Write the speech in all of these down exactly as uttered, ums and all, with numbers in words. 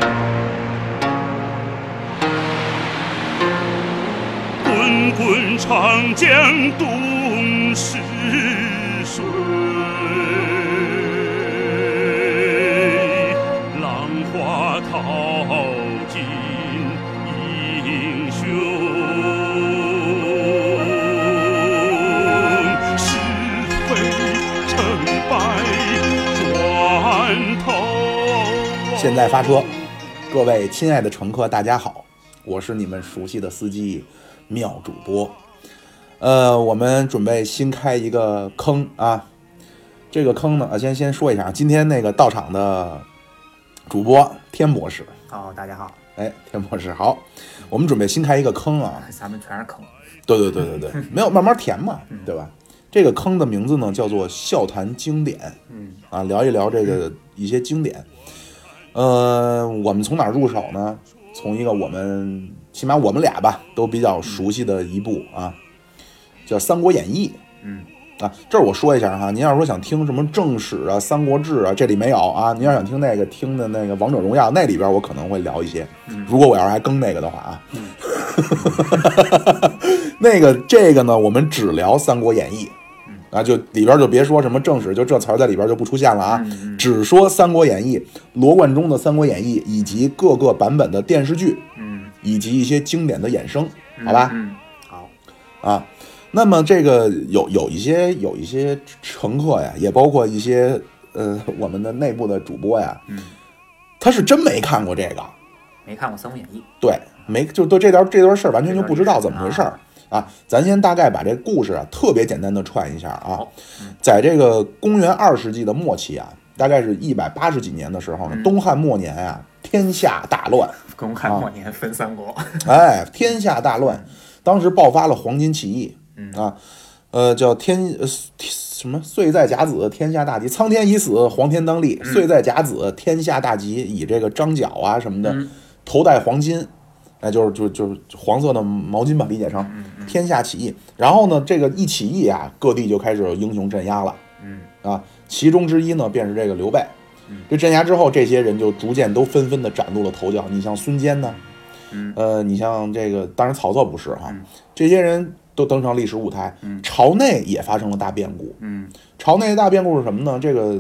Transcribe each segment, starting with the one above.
滚滚长江东逝水，浪花淘尽英雄。是非成败转头。 现在发车，各位亲爱的乘客，大家好，我是你们熟悉的司机妙主播。呃，我们准备新开一个坑啊，这个坑呢，先先说一下，今天那个到场的主播天博士。 哦，大家好。 哎，天博士好，我们准备新开一个坑啊， 咱们全是坑。 对对对对对，没有慢慢填嘛，对吧？这个坑的名字呢叫做笑谈经典， 嗯啊，聊一聊这个一些经典。呃，我们从哪儿入手呢？从一个我们起码我们俩吧都比较熟悉的一部啊，叫《三国演义》。 嗯啊，这儿我说一下哈，您要是说想听什么正史啊、三国志啊，这里没有啊。您要想听那个听的那个王者荣耀，那里边我可能会聊一些。如果我要是还更那个的话啊， 嗯、 那个这个呢，我们只聊《三国演义》。啊，就里边就别说什么正史，就这词儿在里边就不出现了啊， 嗯嗯、 只说《三国演义》，罗贯中的《三国演义》以及各个版本的电视剧， 嗯， 以及一些经典的衍生，好吧？ 嗯，好啊，那么这个有有一些有一些乘客呀，也包括一些呃我们的内部的主播呀， 嗯， 他是真没看过这个， 没看过《三国演义》， 对，没就对这段这段事儿完全就不知道怎么回事儿。啊，咱先大概把这故事啊特别简单的串一下啊，在这个公元二世纪的末期啊，大概是一百八十几年的时候呢，东汉末年啊，天下大乱。 东汉末年分三国， 哎，天下大乱，当时爆发了黄巾起义啊，呃，叫天呃什么岁在甲子，天下大吉，苍天已死，黄天当立，岁在甲子，天下大吉，以这个张角啊什么的头戴黄巾。哎，就是就就是黄色的毛巾吧，理解成天下起义。然后呢，这个一起义啊，各地就开始有英雄镇压了。 嗯啊，其中之一呢，便是这个刘备。这镇压之后，这些人就逐渐都纷纷的崭露了头角。你像孙坚呢， 嗯， 呃，你像这个，当然曹操不是哈，这些人都登上历史舞台。朝内也发生了大变故。 嗯， 朝内的大变故是什么呢？这个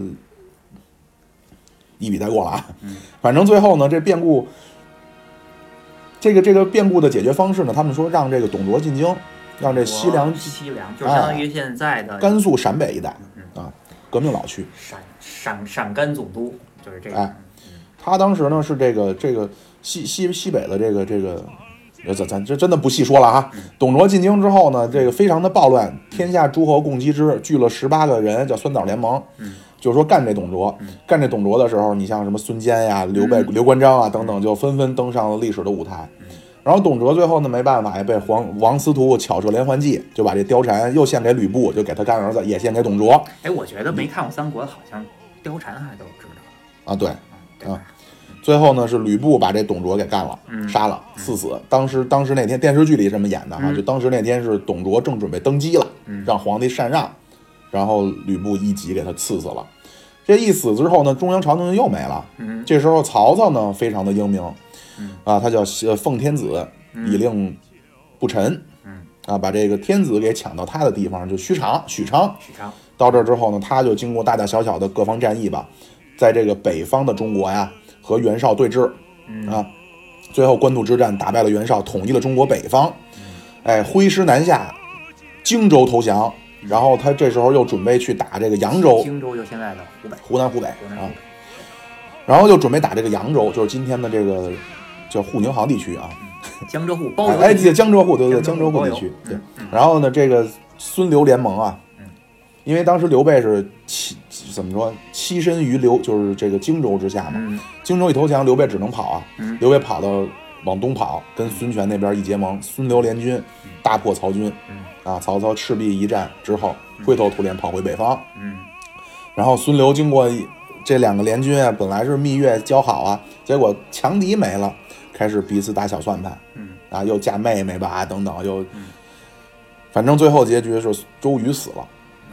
一笔带过了啊。反正最后呢，这变故。这个这个变故的解决方式呢，他们说让这个董卓进京，让这西凉西凉就相当于现在的、 哎、甘肃陕北一带、 嗯、 啊，革命老区， 陕陕陕甘总督就是这个。 哎，他当时呢是这个这个西西西北的这个这个，咱咱这真的不细说了啊。 嗯、 董卓进京之后呢，这个非常的暴乱，天下诸侯共击之，聚了十八个人，叫酸枣联盟。 嗯。 就是说干这董卓，干这董卓的时候，你像什么孙坚呀、刘备、刘关张啊等等，就纷纷登上了历史的舞台。然后董卓最后呢，没办法呀，被黄王司徒巧设连环计，就把这貂蝉又献给吕布，就给他干儿子也献给董卓。 哎，我觉得没看过三国，好像貂蝉还都知道啊，对， 对啊。最后呢，是吕布把这董卓给干了， 嗯、 杀了，赐死。当时当时那天电视剧里这么演的哈、啊， 嗯、 就当时那天是董卓正准备登基了， 嗯、 让皇帝禅让。然后吕布一戟给他刺死了，这一死之后呢，中央朝廷又没了。 嗯， 这时候曹操呢非常的英明， 嗯啊，他叫奉天子，以令不臣。 嗯， 啊，把这个天子给抢到他的地方，就许昌，许昌。 许昌到这之后呢，他就经过大大小小的各方战役吧，在这个北方的中国呀和袁绍对峙， 嗯啊，最后官渡之战打败了袁绍，统一了中国北方。哎，挥师南下，荆州投降。然后他这时候又准备去打这个扬州， 荆州就现在的湖北， 湖南湖北湖南湖北啊，然后又准备打这个扬州，就是今天的这个叫沪宁杭地区啊， 江浙沪包邮， 哎，对，江浙沪，对对，江浙沪地区，对。然后呢，这个孙刘联盟啊，因为当时刘备是栖怎么说栖身于刘，就是这个荆州之下嘛，荆州一投降，刘备只能跑啊，刘备跑到往东跑，跟孙权那边一结盟，孙刘联军大破曹军。啊，曹操赤壁一战之后，灰头土脸跑回北方。 嗯， 然后孙刘经过这两个联军啊，本来是蜜月交好啊，结果强敌没了，开始彼此打小算盘。 嗯， 啊，又嫁妹妹吧，等等，又，反正最后结局是周瑜死了。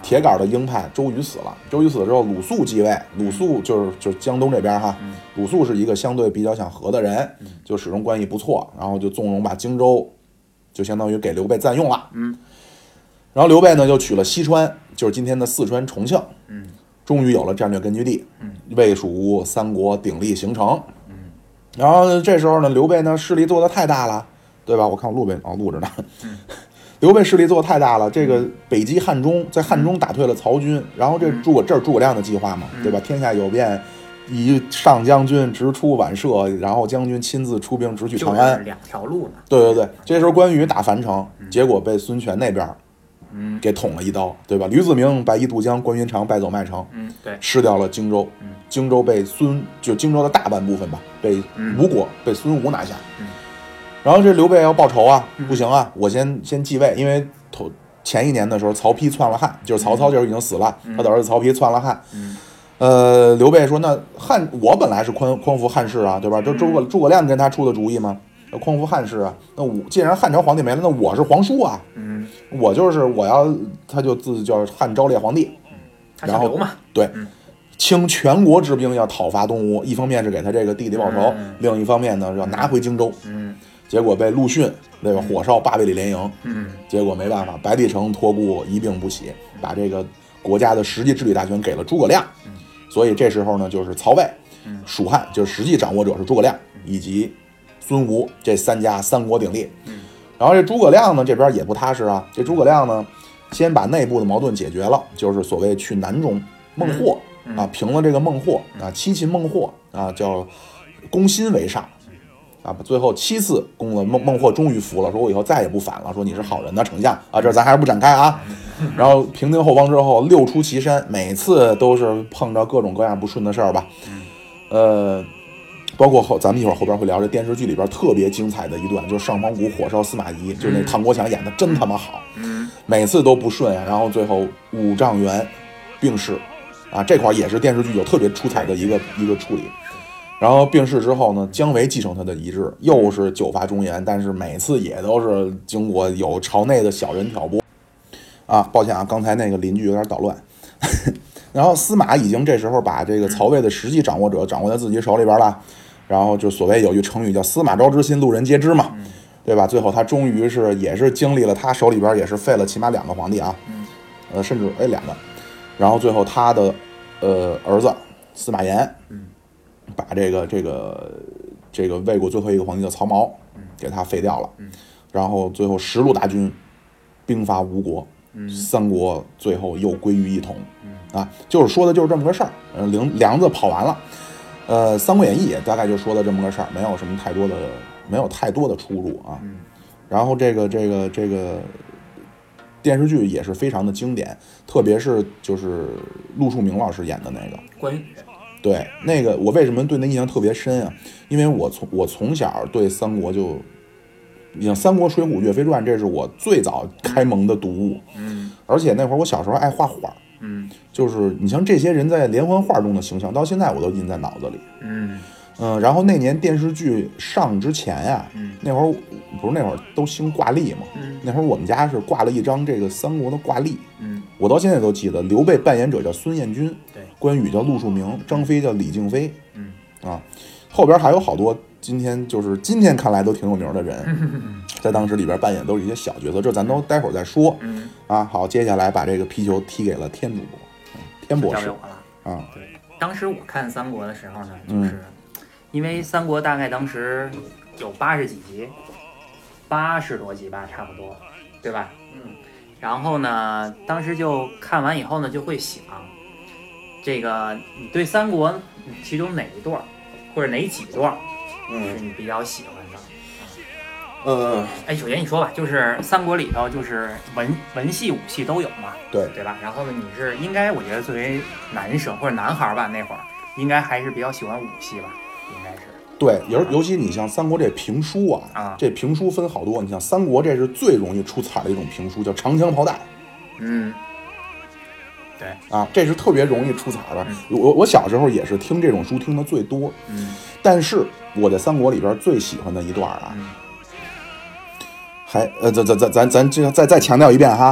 铁杆的鹰派周瑜死了，周瑜死了之后，鲁肃继位，鲁肃就是就是江东这边哈，鲁肃是一个相对比较想和的人，就始终关系不错，然后就纵容把荆州就相当于给刘备占用了， 嗯， 然后刘备呢就取了西川，就是今天的四川重庆， 嗯， 终于有了战略根据地， 嗯， 魏蜀三国鼎立形成，嗯，然后这时候呢，刘备呢势力做得太大了，对吧？我看我录呗，哦录着呢，嗯。刘备势力做太大了，这个北击汉中，在汉中打退了曹军，然后这诸葛这是诸葛亮的计划嘛，对吧？天下有变，以上将军直出宛舍，然后将军亲自出兵直取长安， 两条路呢。 对对对，这时候关羽打樊城，结果被孙权那边，嗯，给捅了一刀，对吧？吕子明白衣渡江，关云长败走麦城， 嗯，对， 失掉了荆州，嗯，荆州被孙就荆州的大半部分吧，被吴国、被孙吴拿下，嗯。然后这刘备要报仇啊，不行啊，我先先继位，因为头前一年的时候曹丕篡了汉，就是曹操就是已经死了，他的儿子曹丕篡了汉。呃，刘备说那汉我本来是匡匡扶汉室啊，对吧？这诸葛诸葛亮跟他出的主意嘛，要匡扶汉室啊。那我既然汉朝皇帝没了，那我是皇叔啊，嗯，我就是我要他就自叫汉昭烈皇帝，然后嘛， 对。倾全国之兵要讨伐东吴，一方面是给他这个弟弟报仇， 嗯、 另一方面呢要拿回荆州。 嗯， 结果被陆逊那个火烧八百里连营。 嗯， 结果没办法，白帝城托孤一病不起，把这个国家的实际治理大权给了诸葛亮。嗯，所以这时候呢，就是曹魏、蜀汉就是实际掌握者是诸葛亮以及孙吴这三家三国鼎立。嗯，然后这诸葛亮呢这边也不踏实啊，这诸葛亮呢先把内部的矛盾解决了，就是所谓去南中孟获。嗯啊，平了这个孟获啊，七擒孟获啊，叫攻心为上啊，最后七次攻了孟孟获，终于服了，说我以后再也不反了，说你是好人的丞相啊，这咱还是不展开啊。然后平定后方之后，六出祁山，每次都是碰着各种各样不顺的事儿吧，呃，包括后咱们一会儿后边会聊这电视剧里边特别精彩的一段，就是上方谷火烧司马懿，就是那唐国强演的真他妈好，每次都不顺啊，然后最后五丈原病逝。啊，这块也是电视剧有特别出彩的一个一个处理。然后病逝之后呢，姜维继承他的遗志，又是久发忠言，但是每次也都是经过有朝内的小人挑拨。啊，抱歉啊，刚才那个邻居有点捣乱。然后司马已经这时候把这个曹魏的实际掌握者掌握在自己手里边了。然后就所谓有句成语叫司马昭之心，路人皆知嘛，对吧？最后他终于是也是经历了，他手里边也是废了起码两个皇帝啊，呃，甚至哎两个。然后最后他的呃儿子司马炎，嗯，把这个这个这个魏国最后一个皇帝叫曹髦，给他废掉了，嗯，然后最后十路大军兵伐吴国，嗯，三国最后又归于一统，嗯啊，就是说的就是这么个事儿，呃，梁梁子跑完了，呃，《三国演义》大概就说的这么个事儿，没有什么太多的没有太多的出入啊，嗯，然后这个这个这个。电视剧也是非常的经典，特别是就是陆树铭老师演的那个关羽， 对那个我为什么对那印象特别深啊？因为我从我从小对三国就，你像《三国》《水浒》《岳飞传》，这是我最早开蒙的读物，嗯，而且那会儿我小时候爱画画，嗯，就是你像这些人在连环画中的形象，到现在我都印在脑子里，嗯。嗯，然后那年电视剧上之前呀、啊，嗯，那会儿不是那会儿都兴挂历嘛，嗯，那会儿我们家是挂了一张这个三国的挂历，嗯，我到现在都记得，刘备扮演者叫孙彦军， 对， 关羽叫陆树铭，张飞叫李敬飞，嗯，啊，后边还有好多今天就是今天看来都挺有名的人，在当时里边扮演都是一些小角色，这咱都待会儿再说，嗯，啊，好，接下来把这个皮球踢给了天主播，嗯、天博士，啊， 对，当时我看三国的时候呢，就是。嗯因为三国大概当时有八十几集，八十多集吧，差不多，对吧？嗯。然后呢，当时就看完以后呢，就会想，这个你对三国其中哪一段或者哪几段是你比较喜欢的？ 呃， 哎，首先你说吧，就是三国里头就是文文戏武戏都有嘛， 对对吧？然后呢，你是应该我觉得作为男生或者男孩吧，那会儿应该还是比较喜欢武戏吧。应该是对，尤尤其你像三国这评书啊，啊，这评书分好多。你像三国，这是最容易出彩的一种评书，叫长枪炮弹。 嗯，对啊，这是特别容易出彩的。嗯、我我小时候也是听这种书听的最多。嗯，但是我在三国里边最喜欢的一段啊，嗯、还呃，咱咱咱咱咱这再再强调一遍哈，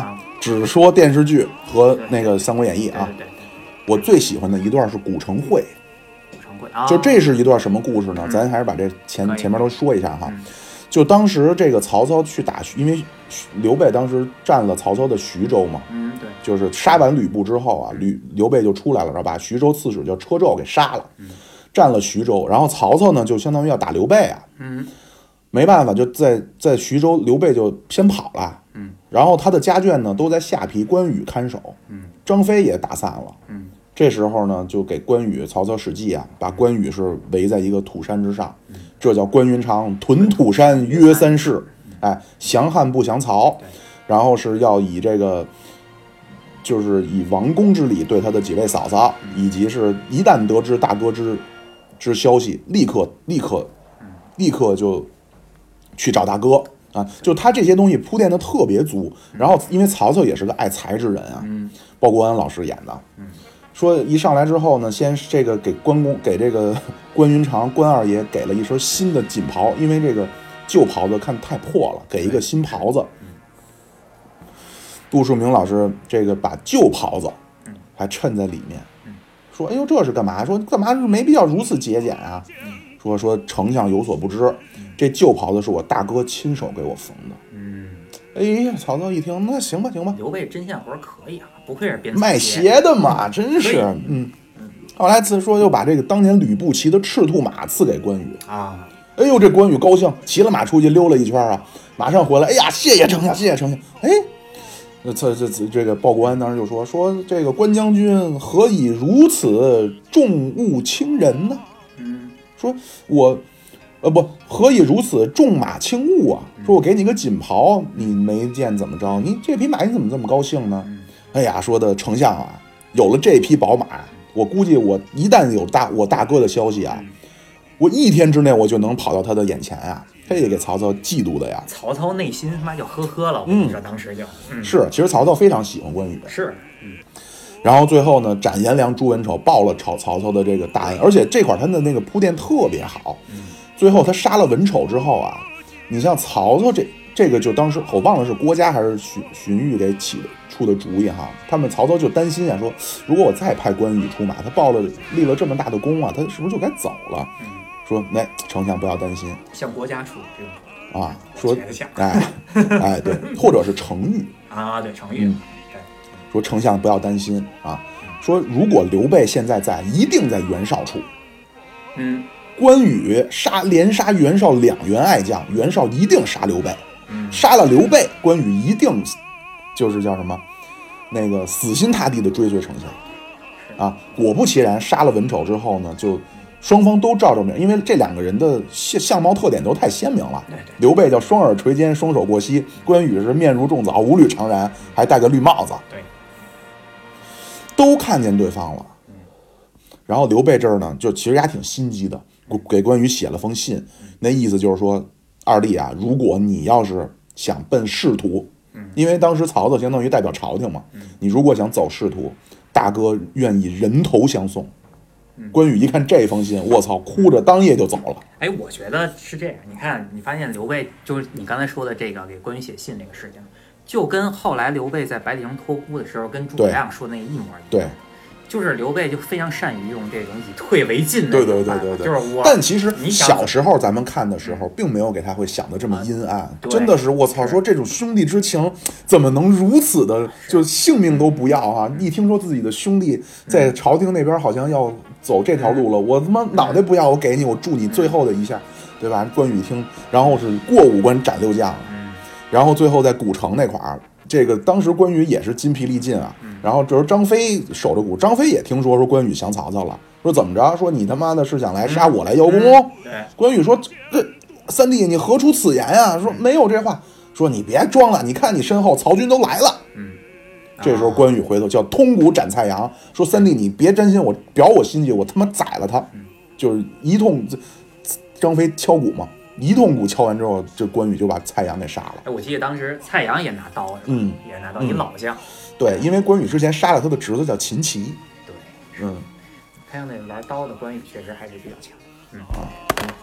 只说电视剧和那个《三国演义》啊。 对对对对， 我最喜欢的一段是古城会。 古城会啊， 就这是一段什么故事呢？ 嗯、 咱还是把这前前面都说一下哈。 嗯、 就当时这个曹操去打，因为刘备当时占了曹操的徐州嘛， 嗯，对， 就是杀完吕布之后啊，吕刘备就出来了，然后把徐州刺史叫车胄给杀了， 嗯、 占了徐州。然后曹操呢，就相当于要打刘备啊， 嗯， 没办法，就在在徐州，刘备就先跑了， 嗯， 然后他的家眷呢都在下邳，关羽看守， 嗯， 张飞也打散了， 嗯。 这时候呢，就给关羽，曹操史记啊，把关羽是围在一个土山之上，这叫关云长屯土山约三世，哎，降汉不降曹，然后是要以这个，就是以王公之礼对他的几位嫂嫂，以及是一旦得知大哥之之消息，立刻立刻立刻就去找大哥啊，就他这些东西铺垫的特别足，然后因为曹操也是个爱才之人啊，鲍国安老师演的，说一上来之后呢，先这个给关公给这个关云长关二爷给了一身新的锦袍，因为这个旧袍子看太破了，给一个新袍子。杜树明老师这个把旧袍子还衬在里面，说哎呦这是干嘛？说干嘛没必要如此节俭啊？说说丞相有所不知，这旧袍子是我大哥亲手给我缝的。 嗯， 哎呀，曹操一听，那行吧行吧， 刘备针线活可以啊，不愧是编卖鞋的嘛，真是嗯。后来次说又把这个当年吕布骑的赤兔马赐给关羽啊， 哎呦这关羽高兴，骑了马出去溜了一圈啊，马上回来，哎呀谢谢丞相谢谢丞相，哎，这这这这个鲍国安当时就说说这个关将军何以如此重物轻人呢？ 嗯， 说我呃不何以如此重马轻物啊？说我给你个锦袍，你没见怎么着？你这匹马你怎么这么高兴呢？哎呀，说的丞相啊，有了这匹宝马，我估计我一旦有大我大哥的消息啊，我一天之内我就能跑到他的眼前啊！这也给曹操嫉妒的呀。 曹操内心他妈就呵呵了，我跟你说，当时就、嗯、 是，其实曹操非常喜欢关羽， 是，嗯。 然后最后呢，斩颜良、诛文丑，报了曹曹操的这个大恩，而且这块他的那个铺垫特别好。最后他杀了文丑之后啊，你像曹操这这个就当时我忘了是郭嘉还是荀荀彧给起的出的主意哈，他们曹操就担心啊，说如果我再派关羽出马，他报了立了这么大的功啊，他是不是就该走了？嗯、说那丞相不要担心， 向国家出这种啊，说哎哎对，或者是程昱啊，对程昱。嗯说丞相不要担心啊，说如果刘备现在在，一定在袁绍处。 嗯， 关羽杀连杀袁绍两员爱将，袁绍一定杀刘备。 嗯， 杀了刘备，关羽一定就是叫什么那个死心塌地的追随丞相。啊，果不其然，杀了文丑之后呢，就双方都照着面，因为这两个人的相貌特点都太鲜明了。 对对， 刘备叫双耳垂肩，双手过膝；关羽是面如重枣，五缕长髯，还戴个绿帽子。 对。 都看见对方了，然后刘备这儿呢，就其实也挺心机的，给关羽写了封信，那意思就是说，二弟啊，如果你要是想奔仕途，因为当时曹操相当于代表朝廷嘛，你如果想走仕途，大哥愿意人头相送。关羽一看这封信，我操，哭着当夜就走了。 哎，我觉得是这样，你看，你发现刘备就是你刚才说的这个给关羽写信这个事情。就跟后来刘备在白帝城托孤的时候跟诸葛亮说那个一模一样， 对， 就是刘备就非常善于用这种以退为进的， 对对对对对， 就是我。 但其实小时候咱们看的时候，并没有给他会想的这么阴暗，啊、真的是我操，说这种兄弟之情怎么能如此的，就性命都不要啊！一听说自己的兄弟在朝廷那边好像要走这条路了，我他妈脑袋不要，我给你，我助你最后的一下，对吧？关羽听，然后是过五关斩六将。然后最后在古城那块儿，这个当时关羽也是筋疲力尽啊。然后这时候张飞守着鼓，降飞也听说说关羽降曹操了，说怎么着？说你他妈的是想来杀我来邀功？ 对， 关羽说：“这三弟你何出此言呀？”说没有这话，说你别装了，你看你身后曹军都来了。 嗯， 这时候关羽回头叫通鼓斩蔡阳，说三弟你别担心我，表我心计，我他妈宰了他。就是一通张飞敲鼓嘛。一通鼓敲完之后，这关羽就把蔡阳给杀了。 哎，我记得当时蔡阳也拿刀， 嗯， 也拿刀，一老将、嗯。 对，因为关羽之前杀了他的侄子叫秦琪。 对， 嗯， 看样那玩刀的关羽确实还是比较强。嗯。 啊。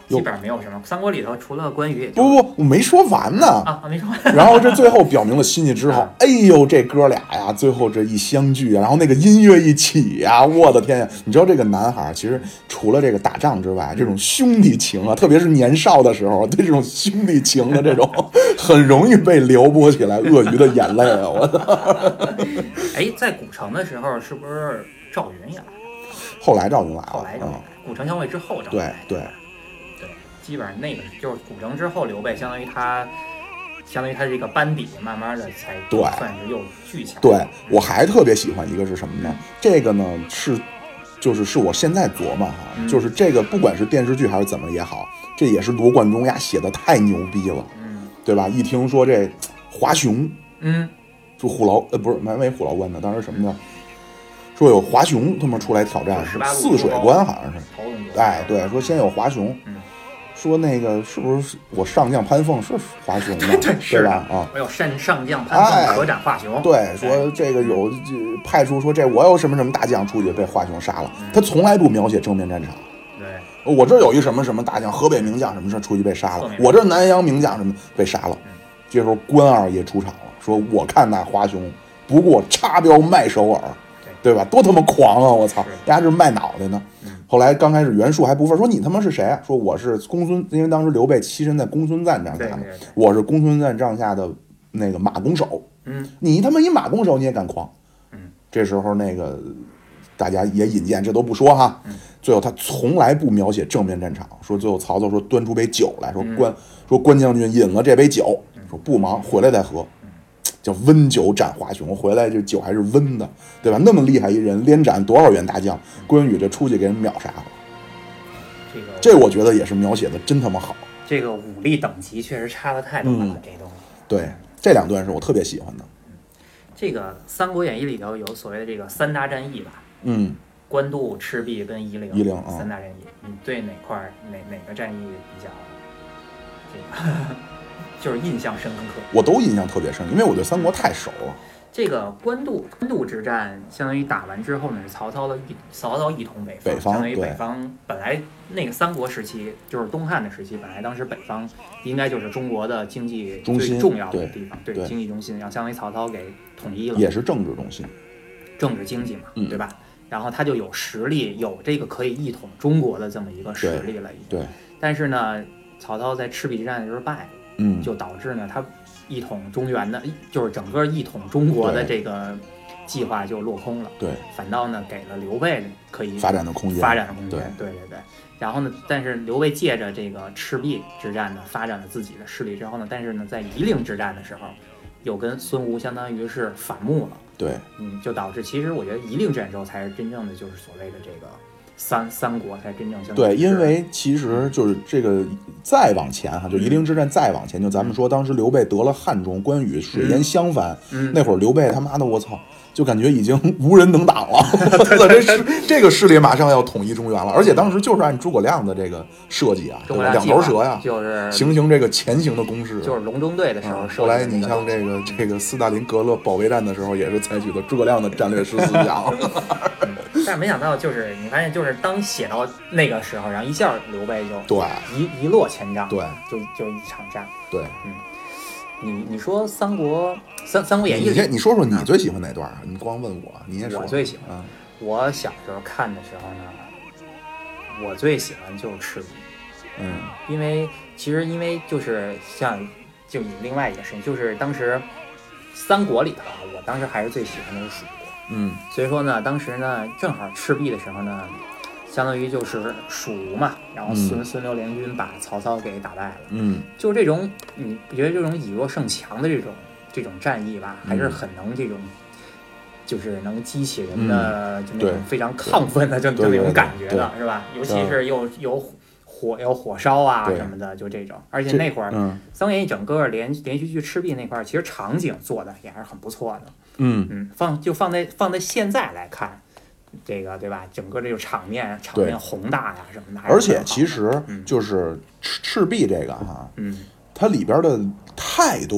基本上没有什么。三国里头除了关羽也就， 不不，我没说完呢。 啊，没说完。 然后这最后表明了心意之后，哎呦，这哥俩呀，最后这一相聚，然后那个音乐一起呀，我的天呀！你知道这个男孩其实除了这个打仗之外，这种兄弟情啊，特别是年少的时候，对这种兄弟情的这种，很容易被撩拨起来鳄鱼的眼泪啊！我操！ 哎，在古城的时候是不是赵云也来了？ 后来赵云来了， 后来赵云来了，古城相会之后赵云对来了。 对对，基本上那个就是古城之后，刘备相当于他，相当于他这个班底慢慢的才对算是又聚强。 对，我还特别喜欢一个是什么呢？这个呢是，就是是我现在琢磨哈， 嗯就是这个不管是电视剧还是怎么也好，这也是罗贯中呀写的太牛逼了， 嗯， 对吧？一听说这华雄， 嗯， 就虎牢呃不是没没虎牢关的，当时什么呢？说有华雄他们出来挑战， 十八路泗水关好像是， 头龙角哎对，说先有华雄， 嗯说那个是不是我上将潘凤是华雄吗？ 对对吧？啊。 我有上上将潘凤可斩华雄。 对，说这个有这派出说这我有什么什么大将出去被华雄杀了，他从来不描写正面战场。 对， 我这有一什么什么大将，河北名将什么事出去被杀了侧，面我这南阳名将什么被杀了嗯。 这时候关二爷出场了，说我看那华雄不过插标卖首尔，对吧？多他妈狂啊！我操，丫是卖脑袋呢。后来刚开始袁术还不忿，说你他妈是谁啊？说我是公孙，因为当时刘备栖身在公孙瓒帐下对对对， 我是公孙瓒帐下的那个马弓手。 嗯， 你他妈一马弓手你也敢狂？ 嗯， 这时候那个大家也引荐，这都不说哈。 嗯， 最后他从来不描写正面战场，说最后曹操说端出杯酒来说嗯关、说关将军饮了这杯酒，说不忙回来再喝。叫温酒斩华雄，回来这酒还是温的，对吧？那么厉害一人，连斩多少员大将，关羽这出去给人秒杀了。 这个这我觉得也是描写的真他妈好。 这个武力等级确实差的太多了， 嗯这东西。 对，这两段是我特别喜欢的。 这个《三国演义》里头有所谓的这个三大战役吧， 嗯， 官渡、赤壁跟夷陵， 夷陵啊三大战役，你对哪块儿哪哪个战役比较这个就是印象深刻？ 我都印象特别深，因为我对三国太熟了。 这个官渡官渡之战，相当于打完之后呢，是曹操的一曹操一统北方， 北方相当于对北方本来那个三国时期，就是东汉的时期，本来当时北方应该就是中国的经济中心最重要的对地方，对对经济中心，然后相当于曹操给统一了， 也是政治中心。 政治经济嘛， 嗯对吧？然后他就有实力，有这个可以一统中国的这么一个实力了，已经。 对， 但是呢，曹操在赤壁之战的时候败了， 嗯， 就导致呢他一统中原的，就是整个一统中国的这个计划就落空了。 对， 反倒呢给了刘备可以发展的空间， 发展的空间。 对对对对。然后呢，但是刘备借着这个赤壁之战呢，发展了自己的势力之后呢，但是呢，在夷陵之战的时候，又跟孙吴相当于是反目了。 对， 嗯，就导致其实我觉得夷陵之战之后才是真正的就是所谓的这个三三国才真正相对，因为其实就是这个再往前哈，就夷陵之战再往前，就咱们说当时刘备得了汉中，关羽水淹襄樊， 嗯、 那会儿刘备他妈的我操，就感觉已经无人能挡了，这势这个势力马上要统一中原了，而且当时就是按诸葛亮的这个设计啊，对吧？两头蛇呀， 就是形成这个前行的攻势， 就是隆中对的时候。 嗯、后来你像这个这个斯大林格勒保卫战的时候，也是采取的诸葛亮的战略式思想。 嗯但是没想到，就是你发现，就是当写到那个时候，然后一下刘备就对一一落千丈， 对， 就就一场战， 对， 嗯，你你说三国三三国演义， 你先你说说你最喜欢哪段啊？你光问我，你也说。 我最喜欢， 嗯、 我小时候看的时候呢，我最喜欢就是赤壁， 嗯， 因为其实因为就是像就以另外一个事情，就是当时三国里头啊，我当时还是最喜欢的是蜀国。 嗯， 所以说呢，当时呢，正好赤壁的时候呢，相当于就是蜀吴嘛，然后孙、嗯、孙刘联军把曹操给打败了。 嗯， 就这种，你觉得这种以弱胜强的这种这种战役吧，还是很能这种，嗯、就是能激起人的、嗯、就那种非常亢奋的这这种感觉的，是吧？尤其是又有火有火烧啊什么的，就这种。而且那会儿，嗯，三国演义整个连连续剧赤壁那块，其实场景做的也还是很不错的。 嗯嗯，放就放在放在现在来看，这个对吧？整个这个场面场面宏大呀什么的。 而且其实就是赤赤壁这个哈， 嗯， 它里边的太多了，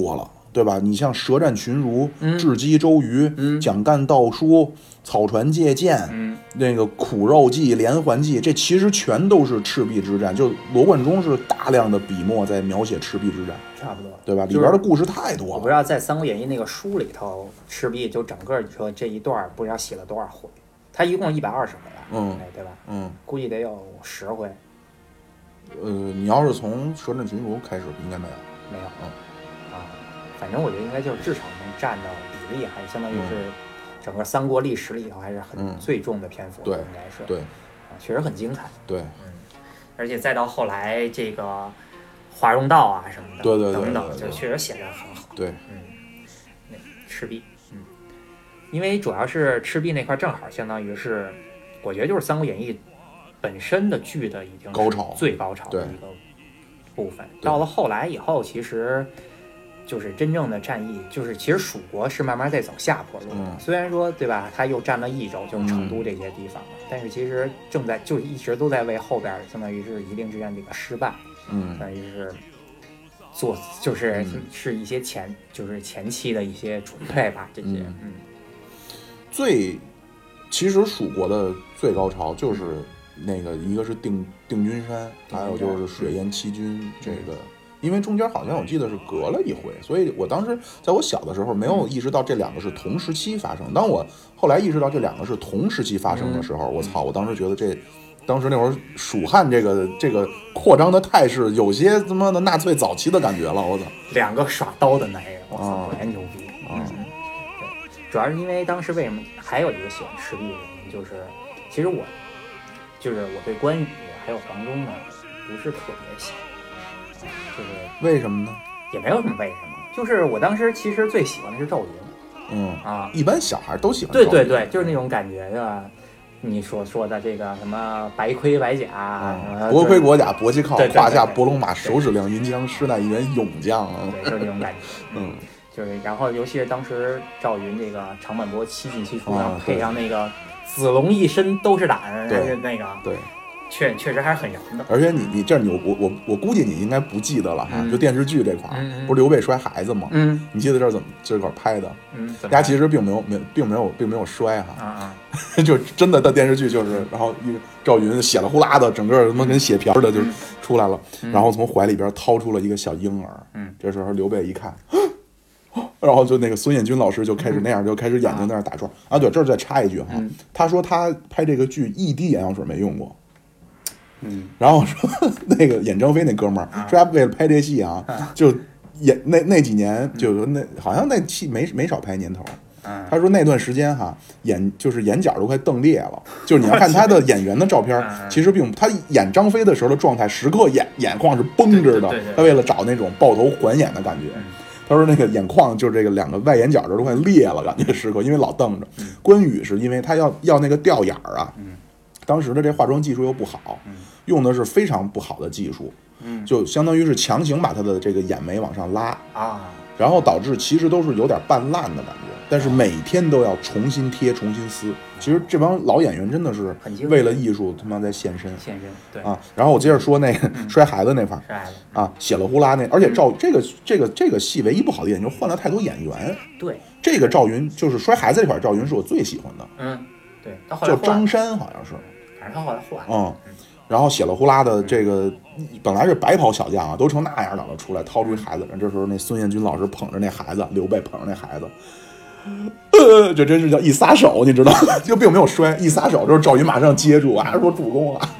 对吧？你像舌战群儒、 嗯智击周瑜、 嗯蒋干盗书、草船借箭、 嗯那个苦肉计、连环计，这其实全都是赤壁之战。就罗贯中是大量的笔墨在描写赤壁之战， 差不多， 对吧？里就是边的故事太多了。 我不知道在《三国演义》那个书里头，赤壁就整个你说这一段不知道写了多少回，他一共一百二十回吧， 嗯对吧？ 嗯， 估计得有十回， 呃，你要是从舌战群儒开始，应该没有。 没有， 嗯啊，反正我觉得应该就是至少能占到比例，还是相当于是整个三国历史里头还是很嗯最重的篇幅， 对应该是， 对啊，确实很精彩， 对， 而且再到后来这个华容道啊什么的， 对对对对等等， 对对就确实写得很好， 对， 嗯，那赤壁，嗯，因为主要是赤壁那块正好相当于是，我觉得就是《三国演义》本身的剧的已经高潮最高潮的对一个部分。到了后来以后，其实就是真正的战役，就是其实蜀国是慢慢在走下坡路的。 嗯虽然说对吧，他又占了益州，就是成都这些地方了，但是其实正在就一直都在为后边相当于是夷陵之战这个失败， 嗯相当于是做就是、 嗯是一些前就是前期的一些准备吧，这些嗯嗯最其实蜀国的最高潮就是那个一个是定定军山，还有就是水淹七军这个。因为中间好像我记得是隔了一回，所以我当时在我小的时候没有意识到这两个是同时期发生。当我后来意识到这两个是同时期发生的时候，我操！我当时觉得这，当时那会儿蜀汉这个这个扩张的态势，有些他妈的纳粹早期的感觉了。我操！ 两个耍刀的男人，我操， 啊果然牛逼。 啊嗯，对，主要是因为当时为什么还有一个喜欢赤壁的原因，就是其实我就是我对关羽还有黄忠呢不是特别喜欢，啊就是为什么呢？ 也没有什么为什么，就是我当时其实最喜欢的是赵云嗯啊， 一般小孩都喜欢。 对对对，就是那种感觉对吧？你所说的这个什么白盔白甲， 啊，薄盔国甲，薄旗靠， 对对对胯下对伯龙马，手指亮银枪，师乃一员勇将啊。 对，就是那种感觉。 嗯， 就是然后尤其是当时赵云这个长坂坡七进七出， 啊然后配上那个子龙一身都是胆， 对还是那个对。 确确实还是很燃的。 而且你你这你我我我估计你应该不记得了哈， 嗯就电视剧这块儿， 嗯嗯不是刘备摔孩子吗？ 嗯你记得这是怎么这块儿拍的？ 嗯，怎么大家其实并没有没并没有并没有摔哈， 啊啊就真的的电视剧就是，然后一个赵云血了呼啦的，整个他妈跟血瓢似的就出来了，然后从怀里边掏出了一个小婴儿， 嗯， 这时候刘备一看。然后就那个孙彦军老师就开始那样，就开始眼睛在那儿打转啊。对，这儿再插一句哈， 嗯他说他拍这个剧一滴眼药水没用过， 嗯然后说那个演张飞那哥们儿说他为了拍这戏啊，就演那那几年就是那好像那戏没没少拍年头。 嗯， 他说那段时间哈，眼就是眼角都快瞪裂了，就是你要看他的演员的照片，其实并他演张飞的时候的状态，时刻眼眼眶是绷着的，他为了找那种抱头环眼的感觉。他说那个眼眶就是这个两个外眼角这都快裂了，感觉时刻因为老瞪着。关羽是因为他要要那个掉眼儿啊，当时的这化妆技术又不好，用的是非常不好的技术，就相当于是强行把他的这个眼眉往上拉啊， 然后导致其实都是有点半烂的感觉，但是每天都要重新贴重新撕。其实这帮老演员真的是为了艺术他妈在献身献身，对啊。然后我接着说那个摔孩子那块摔孩子啊，血了呼啦那，而且赵这个这个这个戏唯一不好的一点就是换了太多演员。 对， 这个赵云就是摔孩子这块赵云是我最喜欢的， 嗯，对，到后来叫张山好像是， 反正他后来换， 嗯。然后血了呼啦的这个本来是白袍小将啊，都成那样的了，出来掏出一孩子，这时候那孙彦军老师捧着那孩子，刘备捧着那孩子，呃，这真是叫一撒手，你知道吗？就并没有摔，一撒手之后赵云马上接住啊，说主公啊，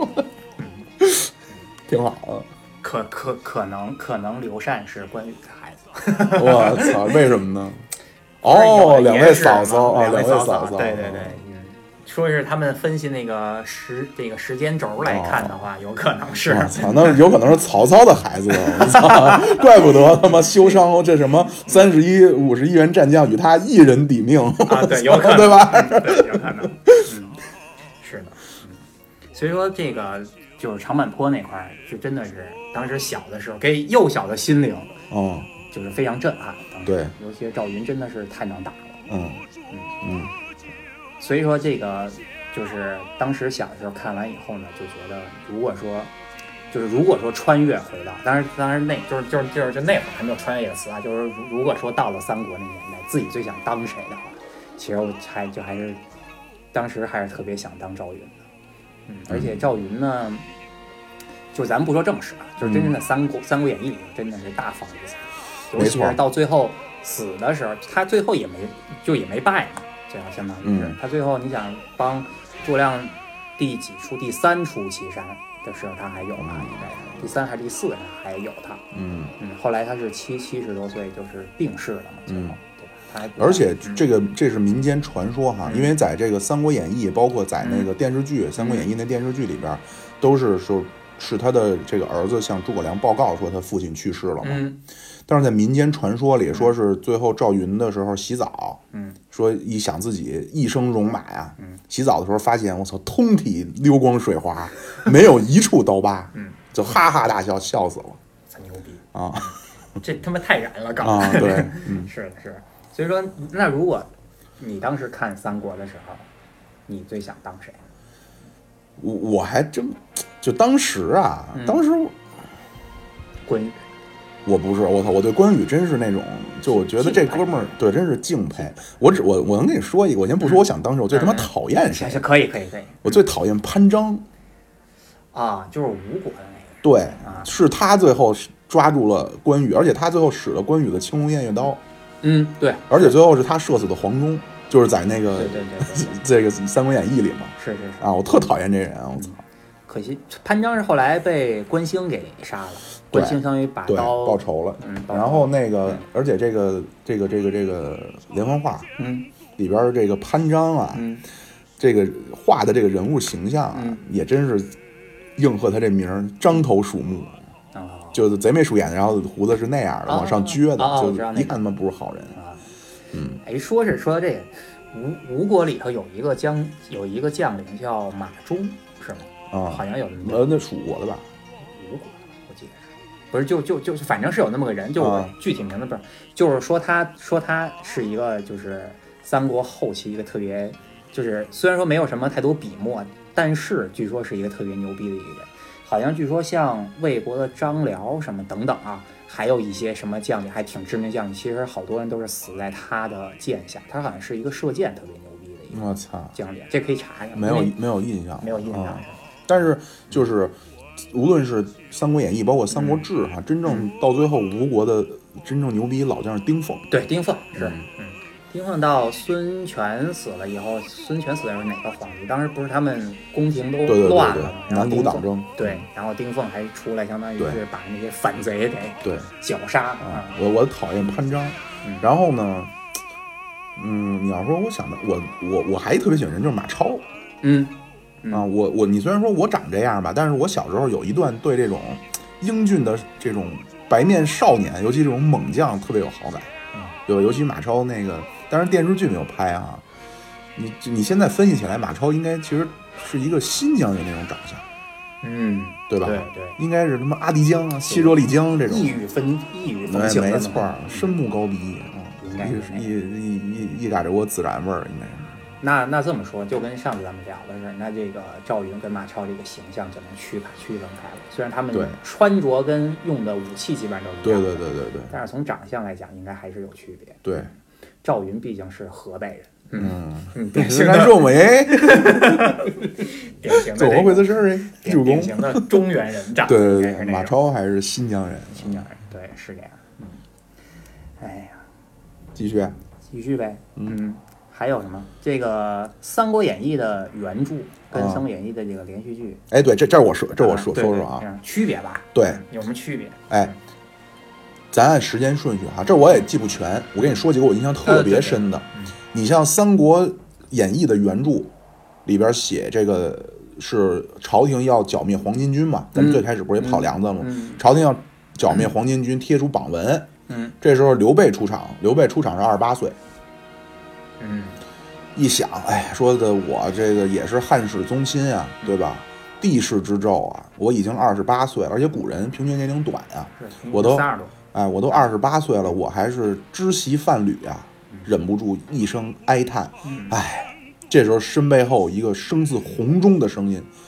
挺好的。 可可可能可能刘禅是关羽的孩子， 我操，为什么呢？哦，两位嫂嫂啊， 两位嫂嫂，对对对。说是他们分析那个时这个时间轴来看的话，哦、有可能是。 我操，那有可能是曹操的孩子，我操，怪不得他妈休商这什么三十一五十一员战将与他一人抵命啊，对，有可能， 对吧？ 嗯、对，有可能，嗯，是的，嗯，所以说这个就是长坂坡那块儿，是真的是当时小的时候给幼小的心灵， 嗯， 就是非常震撼。 对， 尤其是赵云真的是太能打了， 嗯嗯嗯。 所以说这个就是当时小的时候看完以后呢，就觉得如果说就是如果说穿越回到，当然当然那就是就是就是就那会儿还没有穿越这个词啊，就是如果说到了三国那年代，自己最想当谁的话，其实我还就还是当时还是特别想当赵云的，嗯，而且赵云呢，就咱不说正史啊，就是真正的三国、嗯、三国演义里真的是大放异彩，尤其是到最后死的时候，他最后也没就也没败嘛，这样相当于是、嗯、他最后你想帮诸葛亮第几出第三出祁山的时候他还有他，应该是第三还是第四还有他， 嗯嗯，后来他是七七十多岁就是病逝了嘛，最后、嗯、对吧？他还而且这个、嗯、这是民间传说哈、嗯，因为在这个《三国演义》包括在那个电视剧《嗯、三国演义》那电视剧里边，都是说是他的这个儿子向诸葛亮报告说他父亲去世了嘛。 嗯， 但是在民间传说里说是最后赵云的时候洗澡， 嗯， 说一想自己一生戎马呀， 嗯， 洗澡的时候发现我操通体溜光水滑，没有一处刀疤， 嗯， 就哈哈大笑，笑死了， 真牛逼啊！ 这他妈太燃了，刚啊，对，嗯， 是的，是的。所以说，那如果你当时看三国的时候，你最想当谁？ 我我还真就当时啊， 嗯、 当时关羽。 我不是，我操！我对关羽真是那种，就我觉得这哥们儿，对，真是敬佩。我只我我能跟你说一个，我先不说我想当时我最他妈讨厌谁， 嗯、可以可以可以。 我最讨厌潘璋， 啊，就是吴国的那个。 对， 啊、 是他最后抓住了关羽，而且他最后使了关羽的青龙偃月刀。 嗯，对。 而且最后是他射死的黄忠，就是在那个对对对对这个《三国演义》里嘛。 是是是。 啊，我特讨厌这人，我操！ 可惜潘璋是后来被关兴给杀了。关兴相当于把刀报仇了， 嗯， 然后那个， 嗯、 而且这个这个这个这个连环画， 嗯， 里边这个潘璋啊， 嗯， 这个画的这个人物形象啊， 嗯、 也真是应和他这名獐头鼠目， 哦、 就是贼眉鼠眼的，然后胡子是那样的， 哦、 往上撅的， 哦、 就一看他妈不是好人啊。 嗯， 哎，说是说这个吴吴国里头有一个将有一个将领叫马忠，是吗？ 啊， 好像有那么呃，那蜀国的吧？ 吴国。不是，就就就反正是有那么个人，就我具体名字不是， 啊、 就是说他说他是一个就是三国后期一个特别，就是虽然说没有什么太多笔墨，但是据说是一个特别牛逼的一个人，好像据说像魏国的张辽什么等等啊，还有一些什么将领还挺知名将领，其实好多人都是死在他的剑下，他好像是一个射箭特别牛逼的一个我操将领，这可以查一下， 没有没有印象， 没有印象、 嗯，但是就是。无论是《三国演义》，包括《三国志》哈、 嗯， 真正到最后，吴国的真正牛逼老将是丁奉。 对，丁奉是，嗯，丁奉到孙权死了以后，孙权死的是哪个皇帝？当时不是他们宫廷都乱了吗？ 南独党争。 对，然后丁奉还出来，相当于是把那些反贼给对绞杀啊。我我讨厌潘璋， 嗯、 然后呢，嗯，你要说我想的，我我我还特别喜欢人就是马超， 嗯。 啊，我我你虽然说我长这样吧，但是我小时候有一段对这种英俊的这种白面少年，尤其这种猛将特别有好感。 嗯， 对，尤其马超那个，当然电视剧没有拍啊。你你现在分析起来，马超应该其实是一个新疆人那种长相， 嗯， 对吧？ 对对， 应该是他妈阿迪江啊、西热丽江这种。 异域风异域风情， 没错，深目高鼻， 嗯，应该是一一一一嘎着我孜然味儿，应该是。 那那这么说，就跟上次咱们聊的是，那这个赵云跟马超这个形象就能区排区分开了。虽然他们穿着跟用的武器基本上都一样， 对对对对对， 但是从长相来讲，应该还是有区别。 对， 赵云毕竟是河北人， 嗯嗯，典型的中哎， 典型的怎么回事儿哎？ 典型的中原人长， 对对对，马超还是新疆人， 新疆人，对，是这样。嗯，哎呀， 继续， 继续呗，嗯。还有什么？这个《三国演义》的原著跟《三国演义》的这个连续剧， 哎、啊，对，这这我说，这我说、 啊、 说说啊， 区别吧？ 对， 有什么区别？ 哎，咱按时间顺序哈，这我也记不全，我跟你说几个我印象特别深的。 呃对对你像《三国演义》的原著里边写这个是朝廷要剿灭黄巾军嘛，咱们最开始不是也跑梁子了吗？ 嗯嗯、 朝廷要剿灭黄巾军，贴出榜文。 嗯， 这时候刘备出场，刘备出场是二十八岁。 嗯， 一想，哎，说的我这个也是汉室宗亲啊，对吧？帝室之胄啊，我已经二十八岁了，而且古人平均年龄短啊，我都哎，我都二十八岁了，我还是知席饭履啊，忍不住一声哀叹，哎，这时候身背后一个声似洪钟的声音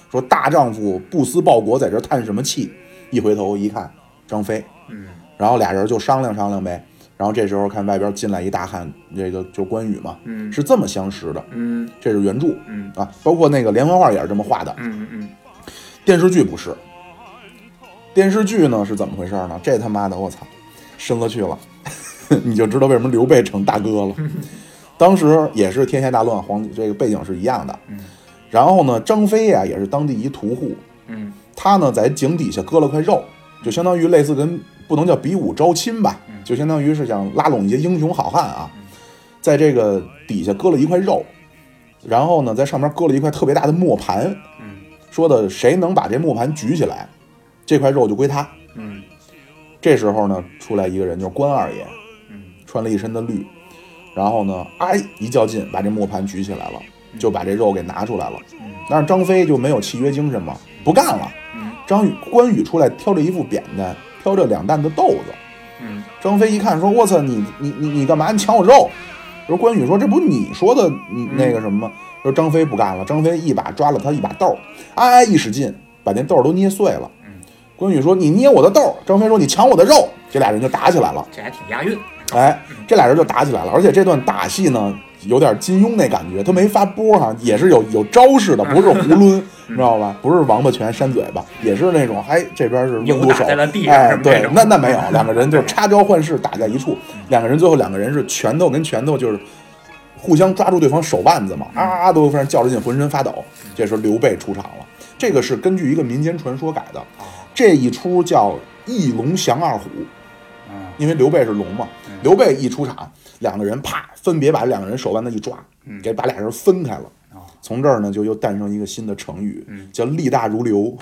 说大丈夫不思报国，在这叹什么气？一回头一看，张飞， 嗯， 然后俩人就商量商量呗。然后这时候看外边进来一大汉，这个就关羽嘛， 嗯， 是这么相识的， 嗯， 这是原著， 嗯啊，包括那个连环画也是这么画的， 嗯嗯， 电视剧不是，电视剧呢是怎么回事呢？这他妈的我操，深了去了，你就知道为什么刘备成大哥了。当时也是天下大乱，皇这个背景是一样的， 嗯， 然后呢，张飞呀、啊、也是当地一屠户， 嗯， 他呢在井底下割了块肉，就相当于类似跟不能叫比武招亲吧，就相当于是想拉拢一些英雄好汉啊，在这个底下割了一块肉，然后呢在上面搁了一块特别大的磨盘， 嗯， 说的谁能把这磨盘举起来，这块肉就归他。 嗯， 这时候呢出来一个人，就是关二爷， 嗯， 穿了一身的绿，然后呢哎一较劲把这磨盘举起来了，就把这肉给拿出来了。但是张飞就没有契约精神嘛，不干了。张羽关羽出来挑着一副扁担，挑着两担的豆子。 嗯， 张飞一看说：“我操，你你你你干嘛？你抢我肉！”说关羽说：“这不是你说的你那个什么吗？”说张飞不干了，张飞一把抓了他一把豆，哎一使劲把那豆都捏碎了。关羽说：“你捏我的豆。”张飞说：“你抢我的肉。”这俩人就打起来了。 这还挺押韵。 哎，这俩人就打起来了，而且这段打戏呢，有点金庸那感觉，他没发波哈，也是有有招式的，不是囫囵，你知道吧？不是王八拳扇嘴巴，也是那种，哎，这边是扭打在了地上， 哎，对，那那没有，两个人就插招换式打在一处，两个人最后两个人是拳头跟拳头就是互相抓住对方手腕子嘛，啊，都非常较着劲，浑身发抖。这时候刘备出场了，这个是根据一个民间传说改的，这一出叫一龙降二虎。因为刘备是龙嘛，刘备一出场，两个人啪分别把两个人手腕子一抓，给把俩人分开了。从这儿呢，就又诞生一个新的成语，叫力大如流。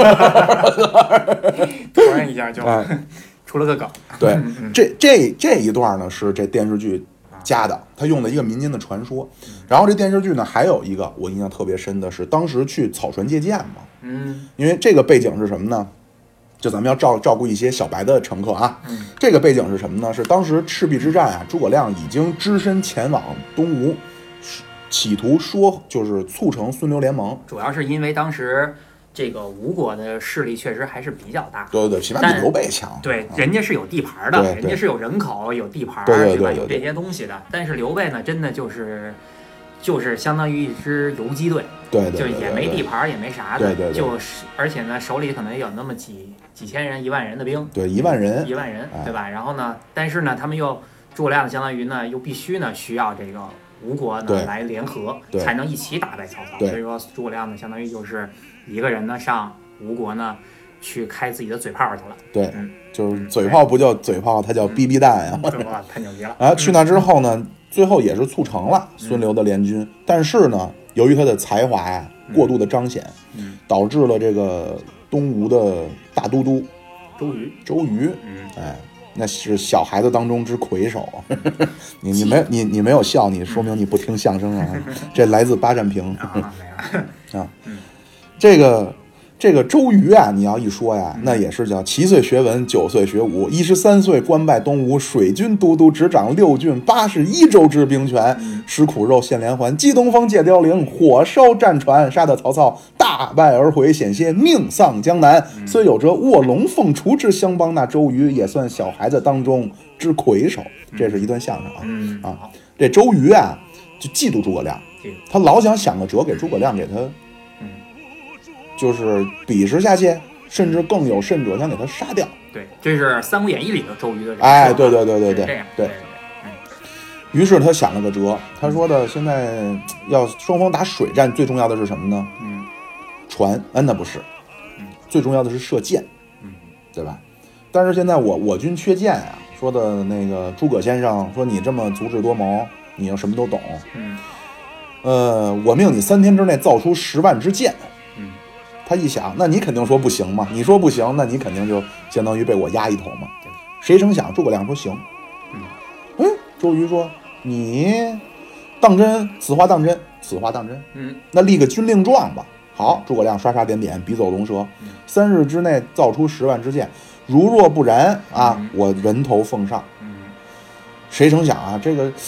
突然一下就出了个梗。 对，这这这一段呢是这电视剧加的，他用了一个民间的传说。然后这电视剧呢还有一个我印象特别深的是，当时去草船借箭嘛，嗯，因为这个背景是什么呢？就咱们要照照顾一些小白的乘客啊，嗯、这个背景是什么呢？是当时赤壁之战啊，诸葛亮已经只身前往东吴，企图说就是促成孙刘联盟。 主要是因为当时这个吴国的势力确实还是比较大， 对对对，起码比刘备强。 对，人家是有地盘的，人家是有人口、有地盘， 对对对， 有这些东西的。但是刘备呢，真的就是就是相当于一支游击队。 对对， 就也没地盘，也没啥的， 对对， 就是而且呢，手里可能有那么几几千人、一万人的兵， 对，一万人， 一万人，对吧？然后呢，但是呢，他们又诸葛亮相当于呢，又必须呢需要这个吴国呢来联合，才能一起打败曹操。所以说，诸葛亮呢，相当于就是一个人呢上吴国呢去开自己的嘴炮去了。 对，嗯、就是嘴炮不叫嘴炮，它叫逼逼弹呀！ 哇，太牛逼了！ 啊，去那之后呢，最后也是促成了孙刘的联军，但是呢。由于他的才华呀过度的彰显， 嗯， 导致了这个东吴的大都督周瑜， 周瑜， 嗯， 哎，那是小孩子当中之魁首。你你没你你没有笑，你说明你不听相声啊。这来自八占平啊，没有啊，这个这个周瑜啊，你要一说呀，那也是叫七岁学文，九岁学武，一十三岁官拜东吴水军都督，执掌六郡八十一州之兵权，吃苦肉献连环，击东风借凋零，火烧战船，杀得曹操大败而回，险些命丧江南。虽有着卧龙凤雏之相帮，那周瑜也算小孩子当中之魁首。这是一段相声啊，啊，这周瑜啊就嫉妒诸葛亮，他老想想个辙给诸葛亮给他。就是鄙视下去，甚至更有甚者想给他杀掉。 对，这是《三国演义》里的周瑜的人。 哎，对对对对对， 这样对。 对嗯。于是他想了个辙，他说的现在要双方打水战，最重要的是什么呢？ 嗯， 船，嗯，那不是， 嗯， 最重要的是射箭， 嗯， 对吧？但是现在我我军缺箭呀，说的那个诸葛先生说你这么足智多谋，你又什么都懂， 嗯， 呃，我命你三天之内造出十万支箭。他一想，那你肯定说不行嘛？你说不行，那你肯定就相当于被我压一头嘛。谁成想，诸葛亮说行。 嗯， 嗯，周瑜说你当真，此话当真，此话当真。 嗯， 那立个军令状吧。好，诸葛亮刷刷点点，笔走龙蛇，三日之内造出十万支箭。如若不然啊， 嗯、 我人头奉上。 嗯， 谁成想啊，这个。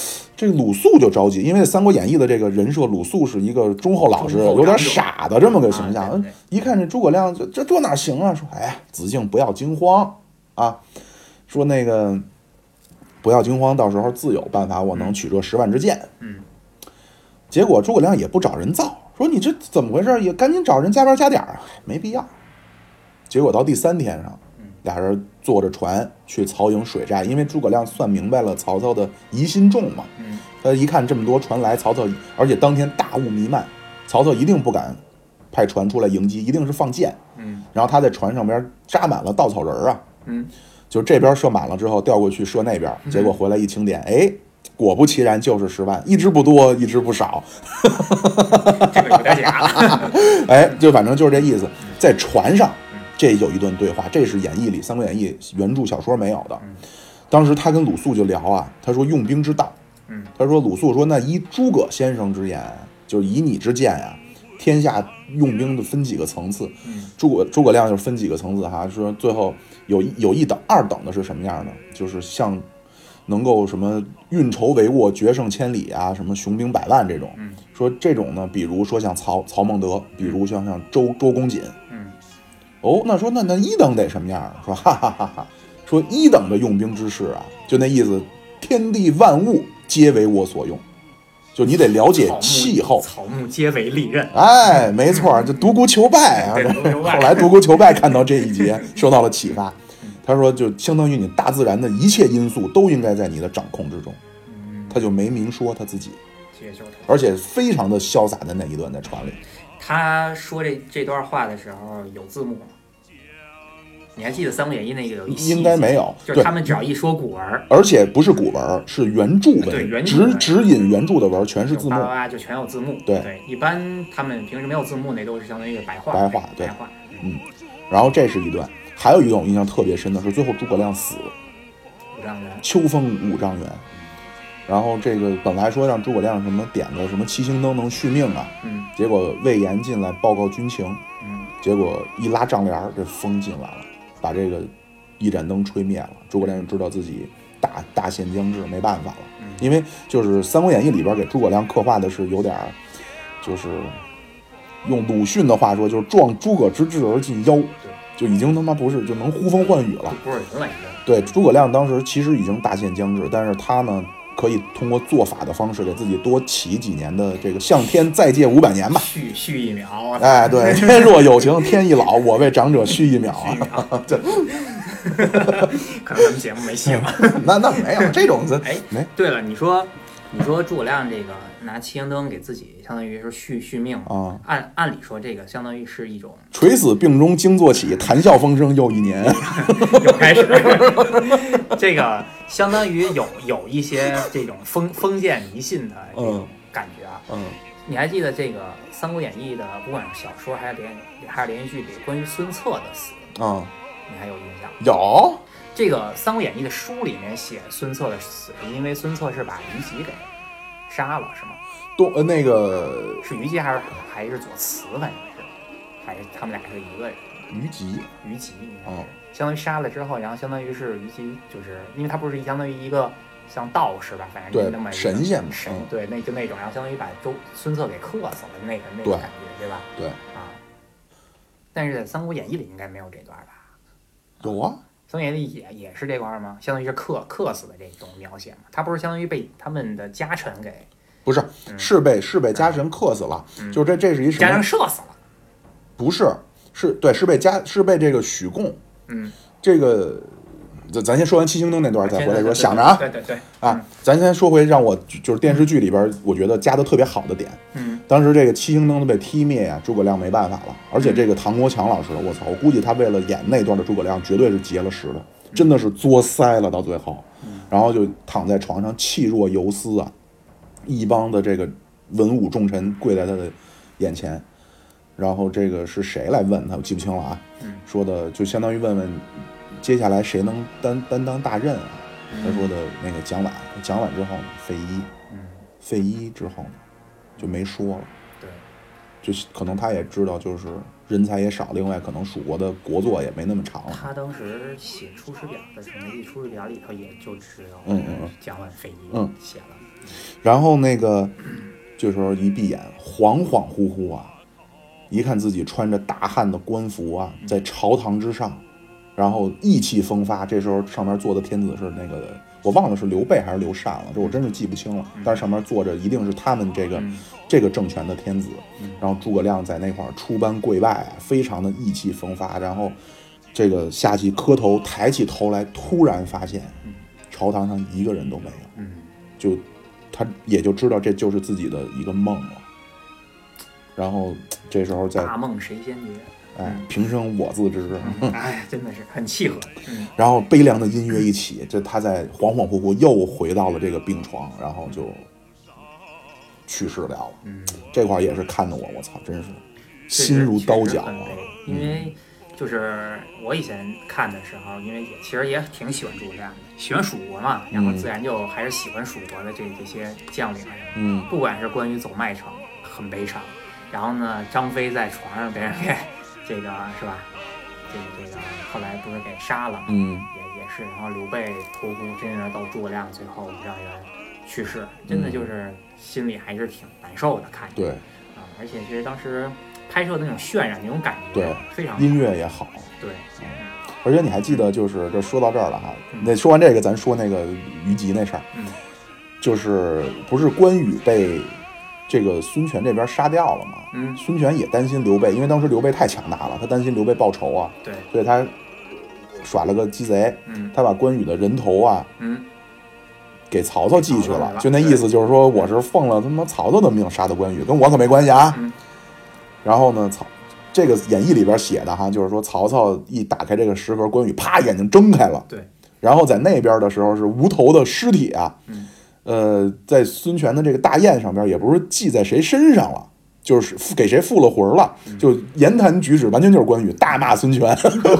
这个鲁肃就着急，因为《三国演义》的这个人设，鲁肃是一个忠厚老实、有点傻的这么个形象。 啊、对对一看这诸葛亮，这这这哪行啊？说，哎，子敬不要惊慌啊，说那个不要惊慌，到时候自有办法，我能取这十万支箭。 嗯， 结果诸葛亮也不找人造，说你这怎么回事？也赶紧找人加班加点啊，没必要。结果到第三天上，俩人坐着船去曹营水寨，因为诸葛亮算明白了曹操的疑心重嘛。 嗯， 他一看这么多船来，曹操而且当天大雾弥漫，曹操一定不敢派船出来迎击，一定是放箭。 嗯， 然后他在船上边扎满了稻草人啊。 嗯， 就这边射满了之后调过去射那边，结果回来一清点，哎，果不其然就是十万，一只不多，一只不少。 这个有点假。 哎，就反正就是这意思，在船上。这有一段对话，这是演义里《三国演义》原著小说没有的。当时他跟鲁肃就聊啊，他说用兵之道， 嗯， 他说鲁肃说那依诸葛先生之言，就是以你之见啊，天下用兵的分几个层次， 嗯， 诸葛诸葛亮就是分几个层次哈，说最后有一有一等二等的是什么样的，就是像能够什么运筹帷幄、决胜千里啊，什么雄兵百万这种， 嗯， 说这种呢，比如说像曹曹孟德，比如像像周周公瑾， 嗯。 哦，那说那那一等得什么样？说哈哈哈哈，说一等的用兵之事啊，就那意思，天地万物皆为我所用，就你得了解气候， 草木皆为利刃。 哎，没错，就独孤求败啊。后来独孤求败看到这一节，受到了启发。他说，就相当于你大自然的一切因素都应该在你的掌控之中。他就没明说他自己，而且非常的潇洒的那一段在船里。 他说这这段话的时候有字幕吗？你还记得《三国演义》那个有一应该没有， 就是他们只要一说古文， 而且不是古文，是原著文， 对原著指指引原著的文全是字幕， 叭叭叭就全有字幕。 对对，一般他们平时没有字幕，那都是相当于白话。 白话对， 白话。 嗯，然后这是一段，还有一段我印象特别深的是最后诸葛亮死， 五丈原， 秋风五丈原。然后这个本来说让诸葛亮什么点个什么七星灯能续命啊， 嗯， 结果魏延进来报告军情， 嗯， 结果一拉帐帘，这风进来了，把这个一盏灯吹灭了。诸葛亮就知道自己大大限将至，没办法了。 嗯， 因为就是《三国演义》里边给诸葛亮刻画的是有点，就是用鲁迅的话说，就是撞诸葛之志而进腰，就已经他妈不是就能呼风唤雨了， 不是人了已经。 对，诸葛亮当时其实已经大限将至，但是他呢，可以通过做法的方式给自己多起几年的这个向天再借五百年吧， 续续一秒。 哎，对，天若有情天亦老，我为长者续一秒啊。这可能咱们节目没戏了。 那那没有这种， 哎， 没。 对了，你说你说诸葛亮这个拿七星灯给自己，相当于是续续命啊。 按按理说，这个相当于是一种垂死病中惊坐起，谈笑风生又一年。 又开始，这个相当于有有一些这种封封建迷信的这种感觉啊。 嗯， 你还记得这个《三国演义》的，不管是小说还是连还是连续剧里关于孙策的死啊， 你还有印象？ 有。 这个《三国演义》的书里面写孙策的死，是因为孙策是把虞姬给杀了，是吗？ 东呃那个是虞姬还是还是左慈，反正是，还是他们俩是一个人。 虞姬， 虞姬， 哦， 相当于杀了之后，然后相当于是虞姬，就是因为他不是相当于一个像道士吧，反正那么神仙神，对，那就那种，然后相当于把周孙策给克死了那个那个感觉，对吧？ 对啊，但是在《三国演义》里应该没有这段吧？ 有啊。 三国演义也也是这块吗？相当于是克克死的这种描写嘛？他不是相当于被他们的家臣给不是、 嗯、 是被是被家臣克死了， 嗯、 就这这是一什么家臣射死了？ 不是，是对是被家是被这个许贡， 嗯， 这个咱咱先说完七星灯那段再回来说，想着啊， 对对对啊，咱先说回让我就是电视剧里边我觉得加的特别好的点， 嗯， 当时这个七星灯被踢灭呀、啊，诸葛亮没办法了，而且这个唐国强老师，我操，我估计他为了演那段的诸葛亮，绝对是结了实的，真的是作腮了到最后，然后就躺在床上气若游丝啊，一帮的这个文武重臣跪在他的眼前。然后这个是谁来问他？我记不清了啊。 嗯， 说的就相当于问问，接下来谁能担担当大任啊？他说的那个蒋琬，蒋琬之后呢，费祎， 嗯， 费祎之后呢，就没说了。 对， 就可能他也知道，就是人才也少，另外可能蜀国的国祚也没那么长了。 他当时写《出师表》的时候，那《出师表》里头也就只有嗯嗯嗯蒋琬、费祎嗯写了。 然后那个这时候一闭眼，恍恍惚惚啊，一看自己穿着大汉的官服啊，在朝堂之上，然后意气风发。这时候上面坐的天子是那个，我忘了是刘备还是刘禅了，这我真是记不清了。但是上面坐着一定是他们这个、嗯、这个政权的天子。然后诸葛亮在那块儿出班跪拜，非常的意气风发。然后这个下去磕头，抬起头来，突然发现朝堂上一个人都没有，就他也就知道这就是自己的一个梦了。然后这时候在大梦谁先觉？ 哎，平生我自知。 嗯、哎，真的是很契合。嗯、 然后悲凉的音乐一起，这他在恍恍惚惚又回到了这个病床，然后就去世了。 嗯， 这块也是看得我，我操，真是心如刀绞啊！ 因为就是我以前看的时候，因为也其实也挺喜欢诸葛亮的，喜欢蜀国嘛，然后自然就还是喜欢蜀国的这这些将领啊什么。 嗯， 不管是关羽走麦城，很悲伤。然后呢，张飞在床上被人给这个是吧？这个这个后来不是给杀了， 嗯， 也也是。然后刘备突突真是到诸葛亮最后让人去世，真的就是心里还是挺难受的，看着。 对， 啊，而且其实当时拍摄的那种渲染那种感觉， 对， 非常好， 音乐也好， 对。 嗯，而且你还记得，就是这说到这儿了哈，那、嗯、说完这个，咱说那个虞姬那事儿， 嗯， 就是不是关羽被这个孙权这边杀掉了嘛？ 嗯， 孙权也担心刘备，因为当时刘备太强大了，他担心刘备报仇啊， 对， 所以他耍了个鸡贼， 嗯， 他把关羽的人头啊， 嗯， 给曹操寄去了，就那意思就是说我是奉了他妈曹操的命杀的关羽，跟我可没关系啊。 嗯， 然后呢，曹这个演义里边写的哈，就是说曹操一打开这个食盒，关羽啪眼睛睁开了， 对， 然后在那边的时候是无头的尸体啊， 嗯。 呃，在孙权的这个大宴上边，也不是记在谁身上了，就是给谁附了魂了，就言谈举止完全就是关羽，大骂孙权，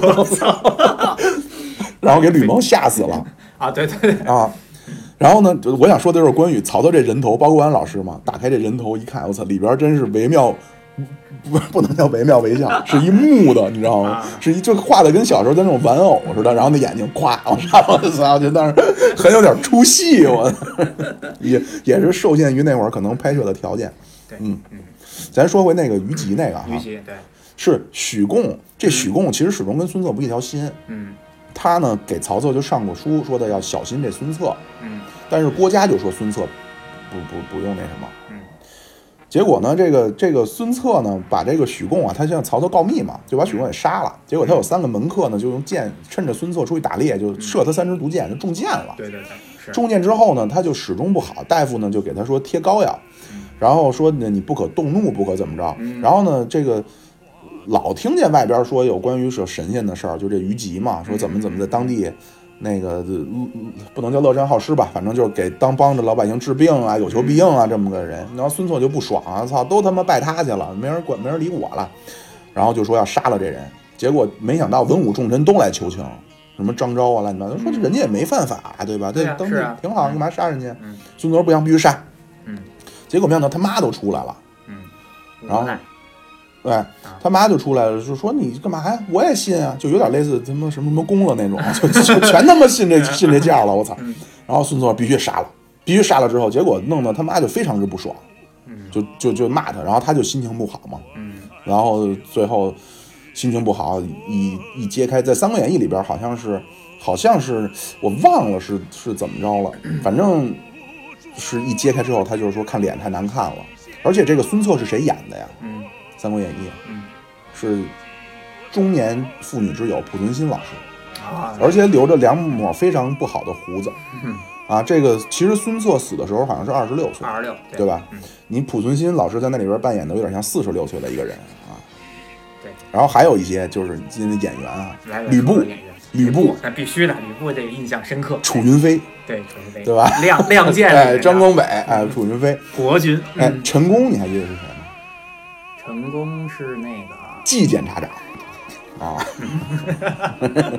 然后给吕蒙吓死了啊！对对对啊！然后呢，我想说的就是关羽，曹操这人头，包括安老师嘛，打开这人头一看，我操，里边真是惟妙。不不能叫惟妙惟肖，是一木的，你知道吗？是一就画的跟小时候的那种玩偶似的，然后那眼睛咵往上往下去，但是很有点出戏，我也也是受限于那会儿可能拍摄的条件。嗯嗯，咱说回那个虞姬那个哈， 虞姬对， 是许贡，这许贡其实始终跟孙策不一条心。 嗯， 他呢给曹操就上过书，说的要小心这孙策。 嗯， 但是郭嘉就说孙策不不不用那什么。 嗯。 结果呢，这个这个孙策呢，把这个许贡啊，他向曹操告密嘛，就把许贡给杀了。结果他有三个门客呢，就用箭趁着孙策出去打猎，就射他三支毒箭，就中箭了。 对对对， 中箭之后呢，他就始终不好，大夫呢就给他说贴膏药，然后说呢你不可动怒，不可怎么着。然后呢，这个老听见外边说有关于说神仙的事儿，就这虞姬嘛，说怎么怎么在当地。那个不能叫乐善好施吧，反正就是给当帮着老百姓治病啊，有求必应啊，这么个人。然后孙策就不爽啊，操，都他妈拜他去了，没人管，没人理我了。然后就说要杀了这人，结果没想到文武重臣都来求情，什么张昭啊，乱七八糟，说人家也没犯法，对吧？这当地挺好，干嘛杀人家？孙策说不行，必须杀。 嗯， 结果没想到他妈都出来了。 嗯， 然后。对他妈就出来了，就说你干嘛呀？我也信啊，就有点类似他妈什么什么公了那种，就就全他妈信这信这教了，我操！然后孙策必须杀了，必须杀了之后，结果弄得他妈就非常之不爽，就就就骂他，然后他就心情不好嘛，然后最后心情不好，一一揭开，在《三国演义》里边好像是好像是我忘了是是怎么着了，反正是一揭开之后，他就是说看脸太难看了，而且这个孙策是谁演的呀？ 嗯。 《三国演义》 嗯， 是中年妇女之友濮存昕老师啊， 而且留着两抹非常不好的胡子。 嗯啊，这个其实孙策死的时候好像是二十六岁， 二十六， 对吧？ 嗯、 你濮存昕老师在那里边扮演的有点像四十六岁的一个人啊。 对。 然后还有一些就是今天的演员啊，吕布，吕布， 那必须的，吕布这个印象深刻。 楚云飞， 对，楚云飞， 对吧？ 亮亮剑， 哎，张光北，哎，楚云飞， 国军， 哎，陈宫，你还记得是谁吗？ 陈宫是那个季检察长啊，嗯，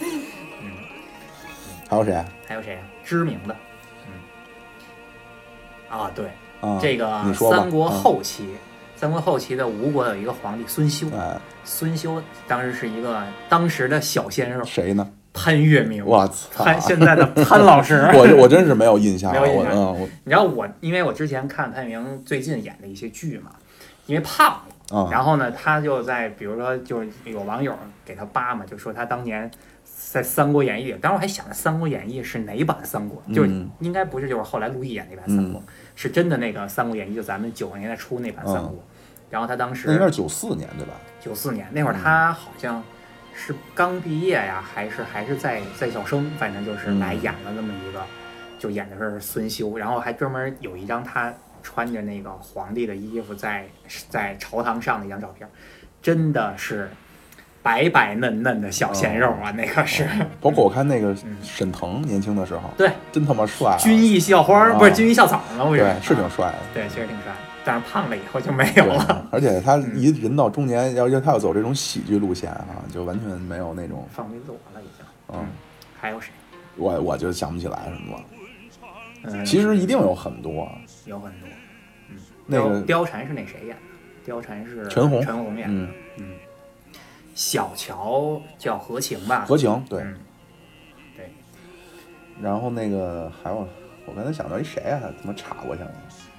还有谁？ 还有谁？知名的，嗯，啊，对， 啊、 这个你说吧三国后期， 三国后期的吴国有一个皇帝孙修， 哎， 孙修当时是一个当时的小鲜肉， 谁呢？ 潘粤明， 我操！ 潘现在的潘老师， 我我真是没有印象， 没有印象。 我嗯，我你知道我，因为我之前看潘粤明最近演的一些剧嘛，因为胖了。 嗯、 然后呢，他就在比如说，就是有网友给他扒嘛，就说他当年在《三国演义》里，当时我还想着《三国演义》是哪版三国，就是应该不是就是后来陆毅演那版三国， 嗯、 是真的那个《三国演义》，就咱们九十年代初那版三国。嗯、然后他当时那应该是九四年对吧？ 九四年那会儿他好像是刚毕业呀，还是还是在在校生，反正就是来演了那么一个，嗯、就演的是孙修，然后还专门有一张他穿着那个皇帝的衣服在在朝堂上的一张照片，真的是白白嫩嫩的小鲜肉啊，哦、那个是。 哦、包括我看那个沈腾年轻的时候， 对， 真他妈帅、啊。 军艺校花、哦、不是军艺校草吗？ 对，是挺帅的。 对，确实挺帅的。但是胖了以后就没有了。 而且他一人到中年，要要他要走这种喜剧路线啊，就完全没有那种放飞自我了已经。 嗯， 还有谁？ 我我就想不起来什么了。 嗯， 其实一定有很多， 有很多。嗯， 那个貂蝉是那谁演的？貂蝉是陈红， 陈红演的。嗯嗯。小乔叫何晴吧？ 何晴，对、 嗯，对。 然后那个还有，我刚才想到一谁啊？怎么插过去了？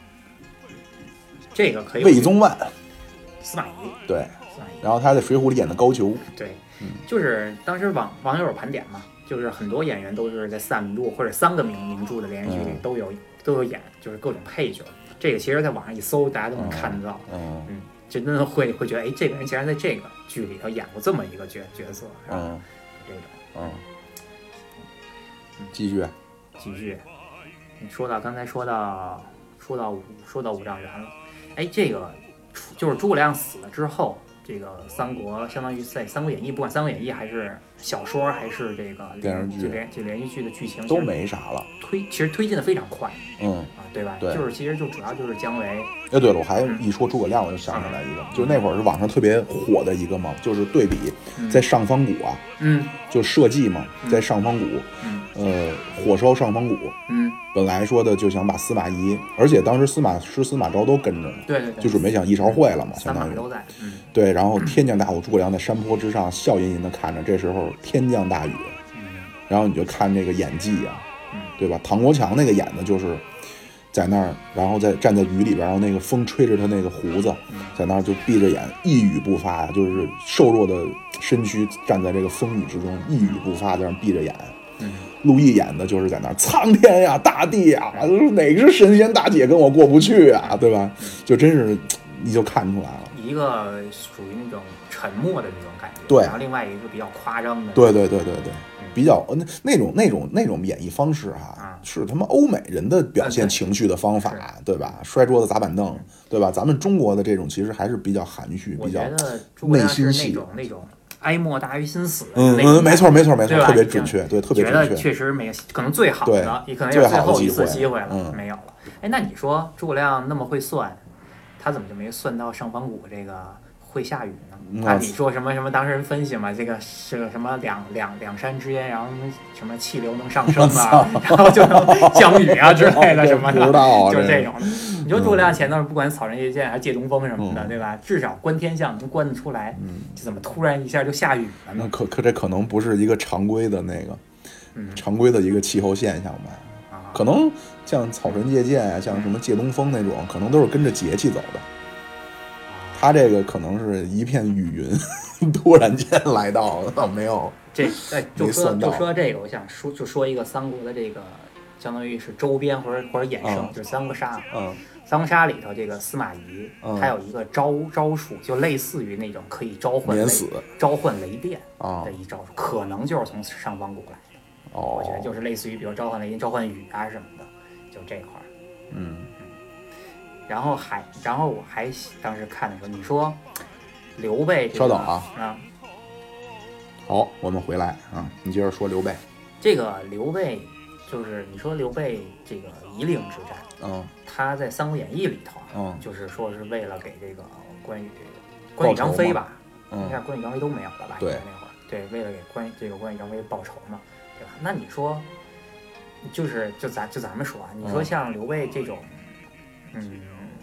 这个可以。 魏宗万， 司马懿。 对， 司马懿。 然后他在《水浒》里演的高俅。 对， 嗯， 就是当时网网友有盘点嘛，就是很多演员都是在三部或者三个名名著的连续剧里都有、嗯、都有演，就是各种配角。这个其实在网上一搜，大家都能看得到。 嗯嗯，真的会会觉得，哎，这个人竟然在这个剧里头演过这么一个角角色，是吧？ 嗯， 这种。 嗯。继续。 继续。你说到刚才说到说到说到五丈原了，哎，这个就是诸葛亮死了之后。这个三国相当于在《三国演义》，不管《三国演义》还是小说，还是这个电视剧、 连这连续剧的剧情都没啥了， 推其实推进的非常快， 嗯啊，对吧？ 对， 就是其实就主要就是姜维。 哎，对了，我还一说诸葛亮，我就想起来一个，嗯、就是那会儿是网上特别火的一个嘛，就是对比在上方谷啊， 嗯， 就社稷嘛，在上方谷， 嗯， 呃，火烧上方谷， 嗯。 本来说的就想把司马懿，而且当时司马师、司马昭都跟着呢， 对对对， 就准备想一朝会了嘛，相当于都在，嗯， 对。然后天降大火，诸葛亮在山坡之上笑吟吟的看着，这时候天降大雨， 嗯， 然后你就看这个演技啊， 嗯， 对吧？唐国强那个演的就是在那儿，然后在站在雨里边，然后那个风吹着他那个胡子，在那儿就闭着眼，一语不发呀，就是瘦弱的身躯站在这个风雨之中，一语不发，在那儿闭着眼。 嗯， 陆毅演的就是在那儿，苍天呀，大地呀，哪个是神仙大姐跟我过不去啊，对吧？就真是你就看出来了， 一个属于那种沉默的那种感觉， 对， 然后另外一个比较夸张的， 对对对对对，比较那那种那种那种演绎方式哈、啊，是他妈欧美人的表现情绪的方法，嗯、对, 对吧？摔桌子砸板凳，对吧？咱们中国的这种其实还是比较含蓄，比较内心戏， 那种那种。哀莫大于心死， 嗯嗯，没错没错没错，特别准确，对，特别准确。 觉得确实没可能最好的，也可能也是最后一次机会了， 嗯、 没有了。哎，那你说诸葛亮那么会算，他怎么就没算到上方谷这个会下雨呢？按理说什么什么，当事人分析嘛，这个是个什么两两两山之间，然后什么气流能上升啊，然后就能降雨啊之类的什么的， 不知道啊， 就是这种的。你说诸葛亮前头不管草人借箭还是借东风什么的，嗯、对吧？至少观天象能观得出来， 嗯， 这怎么突然一下就下雨了呢？ 那可可这可能不是一个常规的那个， 嗯， 常规的一个气候现象吧？ 啊， 可能像草神借箭啊，像什么借东风那种，可能都是跟着节气走的。他这个可能是一片雨云，突然间来到了，没有这哎，就说就说这个，我想说就说一个三国的这个，相当于是周边或者或者衍生， 嗯、 就是三国杀。 嗯， 三国杀里头这个司马懿， 嗯、 他有一个招招数，就类似于那种可以召唤免死、 召唤雷电的一招数，可能就是从上方谷来的。 哦， 我觉得就是类似于比如召唤雷电、召唤雨啊什么的，就这块儿。 嗯。 然后还，然后我还当时看的时候，你说刘备、这个， 稍等啊啊， 好，我们回来啊，你接着说刘备。 这个刘备就是你说刘备这个夷陵之战， 嗯， 他在《三国演义》里头啊， 嗯， 就是说是为了给这个关羽、关羽、张飞吧， 嗯， 你看关羽、张飞都没有了吧？ 对， 那会儿，对，为了给关这个关羽、张飞报仇嘛，对吧？那你说，就是就咱就咱们说啊，你说像刘备这种，嗯。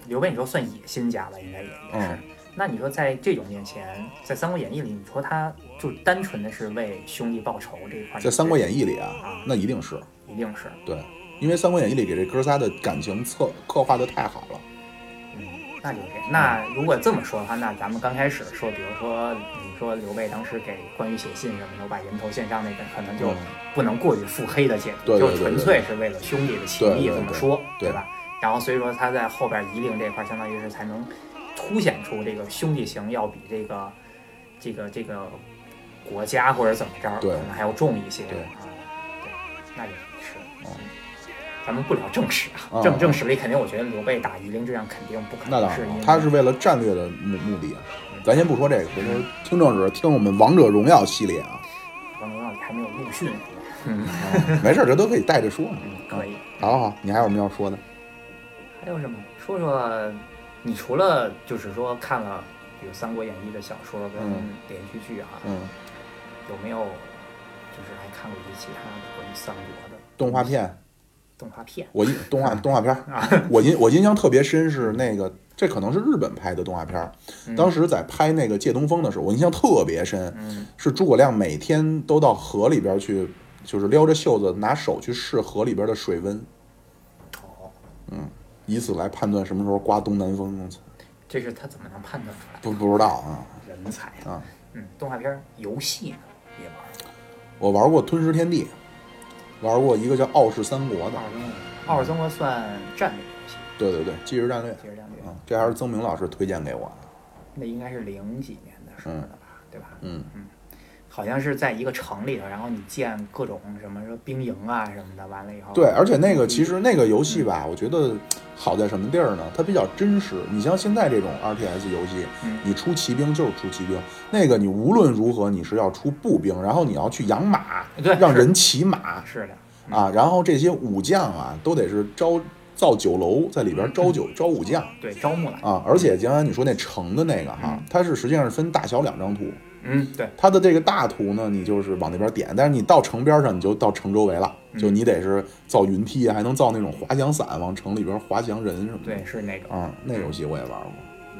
刘备你说算野心家吧，应该也也是。 嗯那你说在这种面前，在《三国演义》里，你说他就单纯的是为兄弟报仇这一块， 在《三国演义》里啊， 啊那一定是一定是对，因为《三国演义》里给这哥仨的感情刻刻画的太好了。 嗯，那就是这样。那如果这么说的话，那咱们刚开始说，比如说你说刘备当时给关羽写信什么的，把人头献上那个，可能就不能过于腹黑的解读， 对对对对就纯粹是为了兄弟的情谊这么说， 对吧？然后所以说他在后边夷陵这块，相当于是才能凸显出这个兄弟情要比这个这个这个国家或者怎么着，可能还要重一些。 对啊，对，那就是。嗯咱们不聊正史啊， 啊正正史里肯定，我觉得刘备打夷陵这样肯定不可那当然能是因为， 他是为了战略的目目的啊。咱先不说这个，比如说听正史，听我们王者荣耀系列啊。 王者荣耀里还没有陆逊， 嗯，没事，这都可以带着说。 嗯，可以。 好好，你还有什么要说的？ 还有什么？说说，你除了就是说看了比如《三国演义》的小说跟连续剧啊， 嗯， 有没有就是还看过一些其他的关于三国的动画片？ 动画片， 我印动画动画片儿，我印我印象特别深是那个，这可能是日本拍的动画片儿。当时在拍那个借东风的时候，我印象特别深，是诸葛亮每天都到河里边去，就是撩着袖子拿手去试河里边的水温， 哦， 嗯，以此来判断什么时候刮东南风。 这是他怎么能判断出来？ 不不知道啊， 人才啊， 嗯，动画片游戏呢也玩过， 我玩过《吞食天地》。玩过一个叫《傲视三国》的， 傲视三国算战略游戏， 对对对，即时战略， 即时战略啊，这还是曾明老师推荐给我的。 那应该是零几年的时候的吧， 嗯、 对吧？ 嗯嗯，好像是在一个城里头，然后你建各种什么说兵营啊什么的，完了以后， 对，而且那个其实那个游戏吧，嗯、我觉得好在什么地儿呢？它比较真实。你像现在这种 R T S 游戏， 嗯、 你出骑兵就是出骑兵，那个你无论如何你是要出步兵，然后你要去养马， 对， 让人骑马， 是的。 啊，然后这些武将啊，都得是招造酒楼，在里边招酒、嗯、招武将， 对，招募来啊。而且刚才你说那城的那个哈，嗯、它是实际上是分大小两张图。 嗯，对。 它的这个大图呢，你就是往那边点，但是你到城边上，你就到城周围了， 嗯、 就你得是造云梯，还能造那种滑翔伞，往城里边滑翔人什么的。 对，是那个啊，那游戏我也玩过。 嗯，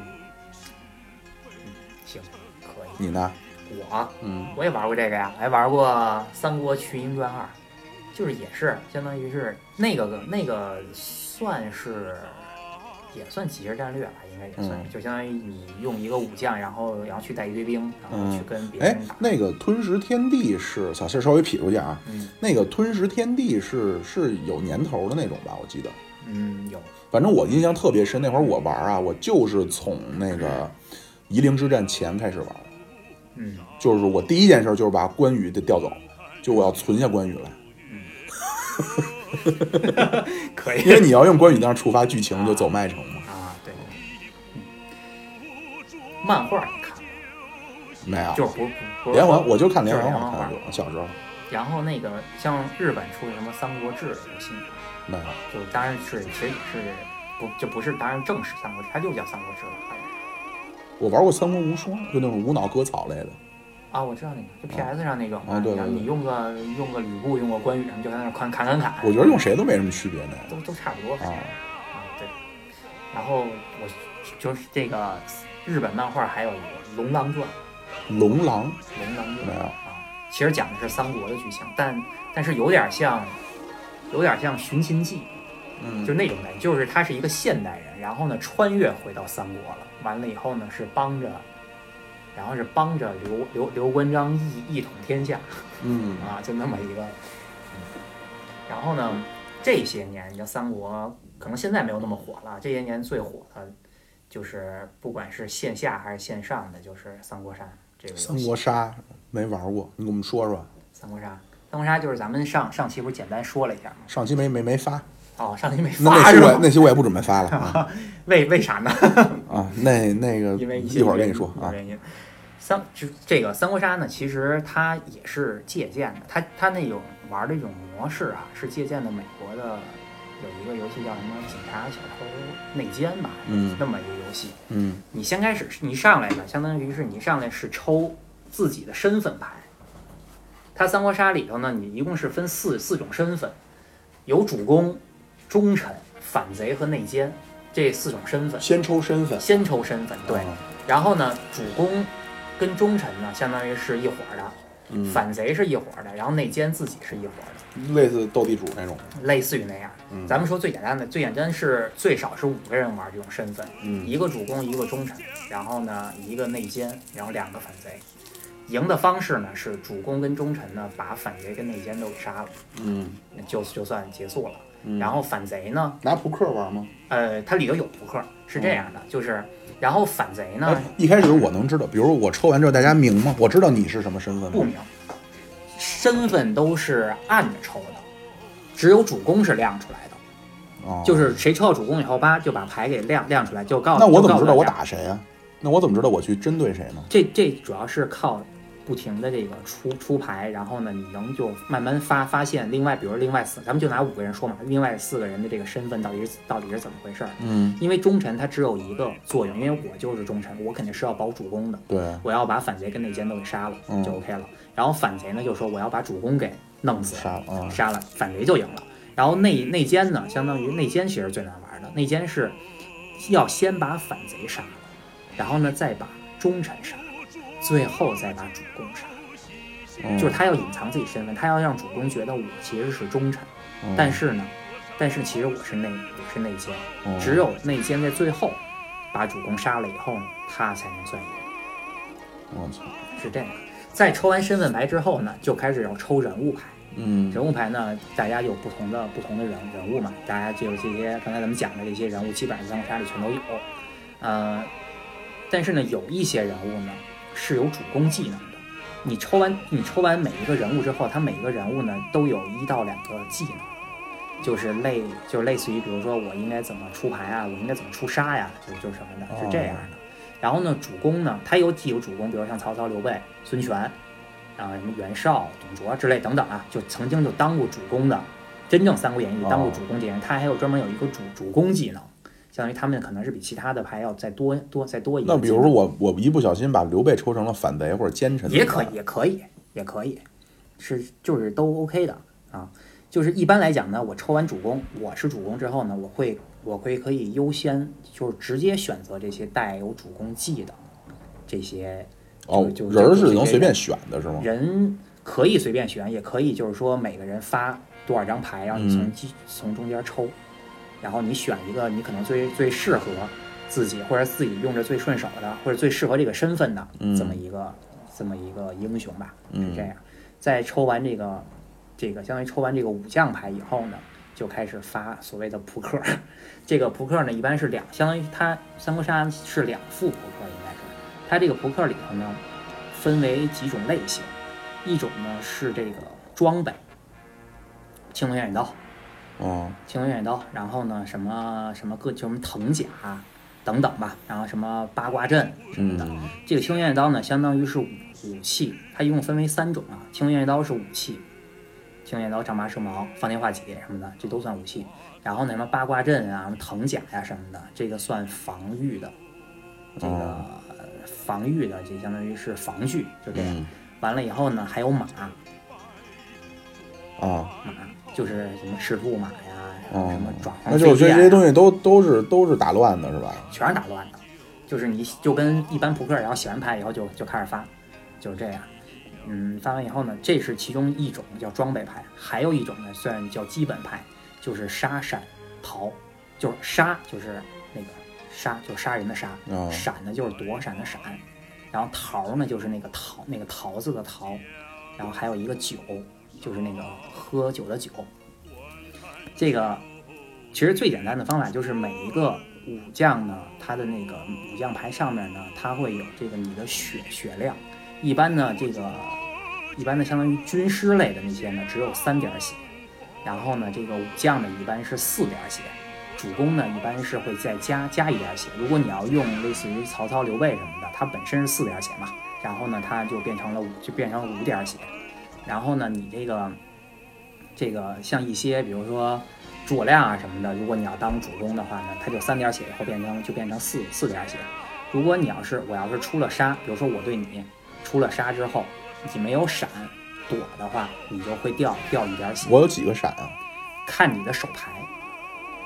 行，可以。 你呢？ 我， 嗯， 我也玩过这个呀，还玩过《三国群英传二》。就是也是相当于是那个那个算是也算即时战略吧，应该也算， 嗯、 就相当于你用一个武将，然后然后去带一堆兵，然后去跟别人打。 哎、嗯，那个吞食天地是小事稍微撇出去啊， 嗯， 那个吞食天地是是有年头的那种吧，我记得。 嗯，有。 反正我印象特别深，那会儿我玩啊，我就是从那个夷陵之战前开始玩。 嗯， 就是我第一件事就是把关羽给调走，就我要存下关羽来。 可以， 因为你要用关羽那样触发剧情，啊、就走麦城嘛。 啊，对。嗯、漫画你看吗？ 没有， 就是不不连环，我就看连环画， 看的小时候。 然后那个像日本出的什么《三国志》游戏， 没有， 就当然是其实也是不就不是当然正史三国志，它就叫三国志了。 我玩过《三国无双》，就那种无脑割草类的。 啊，我知道那个，就 P S 上那种， 啊，对对对， 你用个用个吕布，用个关羽，就在那砍砍砍砍。 我觉得用谁都没什么区别呢， 都都差不多。 啊啊，对。然后我就是这个日本漫画还有一个《龙狼传》。 龙狼。 龙狼传没有啊，其实讲的是三国的剧情，但但是有点像，有点像《寻秦记》， 嗯， 就那种感觉，就是他是一个现代人，然后呢穿越回到三国了，完了以后呢是帮着。然后是帮着刘刘刘关张一一统天下， 嗯啊，就那么一个，嗯，然后呢，这些年你知道三国可能现在没有那么火了，这些年最火的，就是不管是线下还是线上的，就是三国杀这个游戏。 三国杀没玩过，你给我们说说。 三国杀，三国杀就是咱们上上期不是简单说了一下吗？ 上期没没没发。 哦，上期没发。 那那期我那期我也不准备发了啊。 为为啥呢？ 啊，那那个因为一会儿跟你说啊。 三就这个三国杀呢，其实它也是借鉴的，它它那种玩的一种模式啊，是借鉴的美国的有一个游戏叫什么警察小偷内奸吧， 嗯， 那么一个游戏， 嗯， 你先开始你上来呢，相当于是你上来是抽自己的身份牌，它三国杀里头呢，你一共是分四四种身份，有主公、忠臣、反贼和内奸， 这四种身份， 先抽身份， 先抽身份，对。 哦、 然后呢，主公跟忠臣呢，相当于是一伙的， 嗯， 反贼是一伙的，然后内奸自己是一伙的， 类似斗地主那种， 类似于那样。 嗯、 咱们说最简单的，最简单是最少是五个人玩这种身份， 嗯， 一个主公，一个忠臣，然后呢一个内奸，然后两个反贼。赢的方式呢是主公跟忠臣呢把反贼跟内奸都给杀了， 嗯， 就就算结束了。 嗯、 然后反贼呢， 拿扑克玩吗？ 呃，它里头有扑克，是这样的，嗯、就是，然后反贼呢， 一开始我能知道，比如我抽完之后大家明吗？我知道你是什么身份吗？ 不明，身份都是暗着抽的，只有主公是亮出来的，哦、就是谁抽到主公以后，叭就把牌给亮亮出来，就告诉。 那我怎么知道我打谁啊？那我怎么知道我去针对谁呢？ 这这主要是靠不停的这个出出牌，然后呢，你能就慢慢发发现另外，比如另外四，咱们就拿五个人说嘛，另外四个人的这个身份到底是到底是怎么回事？ 嗯， 因为忠臣他只有一个作用，因为我就是忠臣，我肯定是要保主公的， 对， 我要把反贼跟内奸都给杀了， 嗯、 就 OK 了。然后反贼呢就说我要把主公给弄死， 杀了，嗯、 杀了，反贼就赢了。然后内内奸呢，相当于内奸其实最难玩的，内奸是要先把反贼杀了，然后呢再把忠臣杀了，最后再把主公杀了。 嗯、 就是他要隐藏自己身份，他要让主公觉得我其实是忠臣， 嗯、 但是呢，但是其实我是内我是内奸， 嗯、 只有内奸在最后把主公杀了以后呢，他才能算赢。 我操， 是这样。在抽完身份牌之后呢，就开始要抽人物牌。 嗯， 人物牌呢，大家有不同的不同的人人物嘛，大家就有这些刚才咱们讲的这些人物，基本上三国杀里全都有。呃，但是呢，有一些人物呢是有主攻技能的。你抽完你抽完每一个人物之后，他每一个人物呢都有一到两个技能，就是类就是类似于，比如说我应该怎么出牌啊，我应该怎么出杀呀，就就什么的，是这样的。然后呢，主攻呢，他有既有主攻，比如像曹操、刘备、孙权，然后什么袁绍、董卓之类等等啊，就曾经就当过主攻的，真正《三国演义》当过主攻这人，他还有专门有一个主主攻技能。相当于他们可能是比其他的牌要再多多再多一点。 那比如说我我一不小心把刘备抽成了反贼或者奸臣， 也可以，也可以，也可以，是就是都 OK 的啊。就是一般来讲呢，我抽完主攻，我是主攻之后呢，我会我会可以优先就是直接选择这些带有主攻技的这些。 哦， 就人是能随便选的是吗？ 人可以随便选，也可以就是说每个人发多少张牌，让你从、嗯、从中间抽。然后你选一个你可能最最适合自己，或者自己用着最顺手的，或者最适合这个身份的、嗯、这么一个这么一个英雄吧，是这样。在抽完这个这个相当于抽完这个武将牌以后呢，就开始发所谓的扑克。这个扑克呢，一般是两，相当于它三国杀是两副扑克，应该是它这个扑克里头呢分为几种类型，一种呢是这个装备，青龙偃月刀。 哦， 青龙偃月刀，然后呢，什么什么各就什么藤甲等等吧，然后什么八卦阵什么的。嗯、这个青龙偃月刀呢，相当于是武武器，它一共分为三种啊。青龙偃月刀是武器，青龙偃月刀、丈八蛇矛、放电化戟什么的，这都算武器。然后呢，什么八卦阵啊、什么藤甲呀、啊、什么的，这个算防御的，这个、哦、防御的，这相当于是防具，就这样。嗯、完了以后呢，还有马。 哦， 马就是什么赤兔马呀， 哦、 什么转黄飞燕，那就是这些东西都都是都是打乱的，是吧？ 全是打乱的，就是你就跟一般扑克，然后洗完牌以后就就开始发，就是这样。嗯，发完以后呢，这是其中一种叫装备牌，还有一种呢算叫基本牌，就是杀闪逃，就是杀就是那个杀就是杀人的杀， 哦、 闪呢就是躲闪的闪，然后逃呢就是那个桃那个桃子的桃，然后还有一个酒。就是那个喝酒的酒，这个其实最简单的方法就是每一个武将呢，他的那个武将牌上面呢，它会有这个你的血血量。一般呢，这个一般的相当于军师类的那些呢，只有三点血。然后呢，这个武将呢，一般是四点血。主攻呢，一般是会再加加一点血。如果你要用类似于曹操、刘备什么的，他本身是四点血嘛，然后呢，他就变成了五，就变成了五点血。然后呢，你这个这个像一些比如说诸葛亮啊什么的，如果你要当主攻的话呢，它就三点血以后变成就变成四四点血。如果你要是我要是出了杀，比如说我对你出了杀之后，你没有闪躲的话，你就会掉掉一点血。 我有几个闪啊？ 看你的手牌，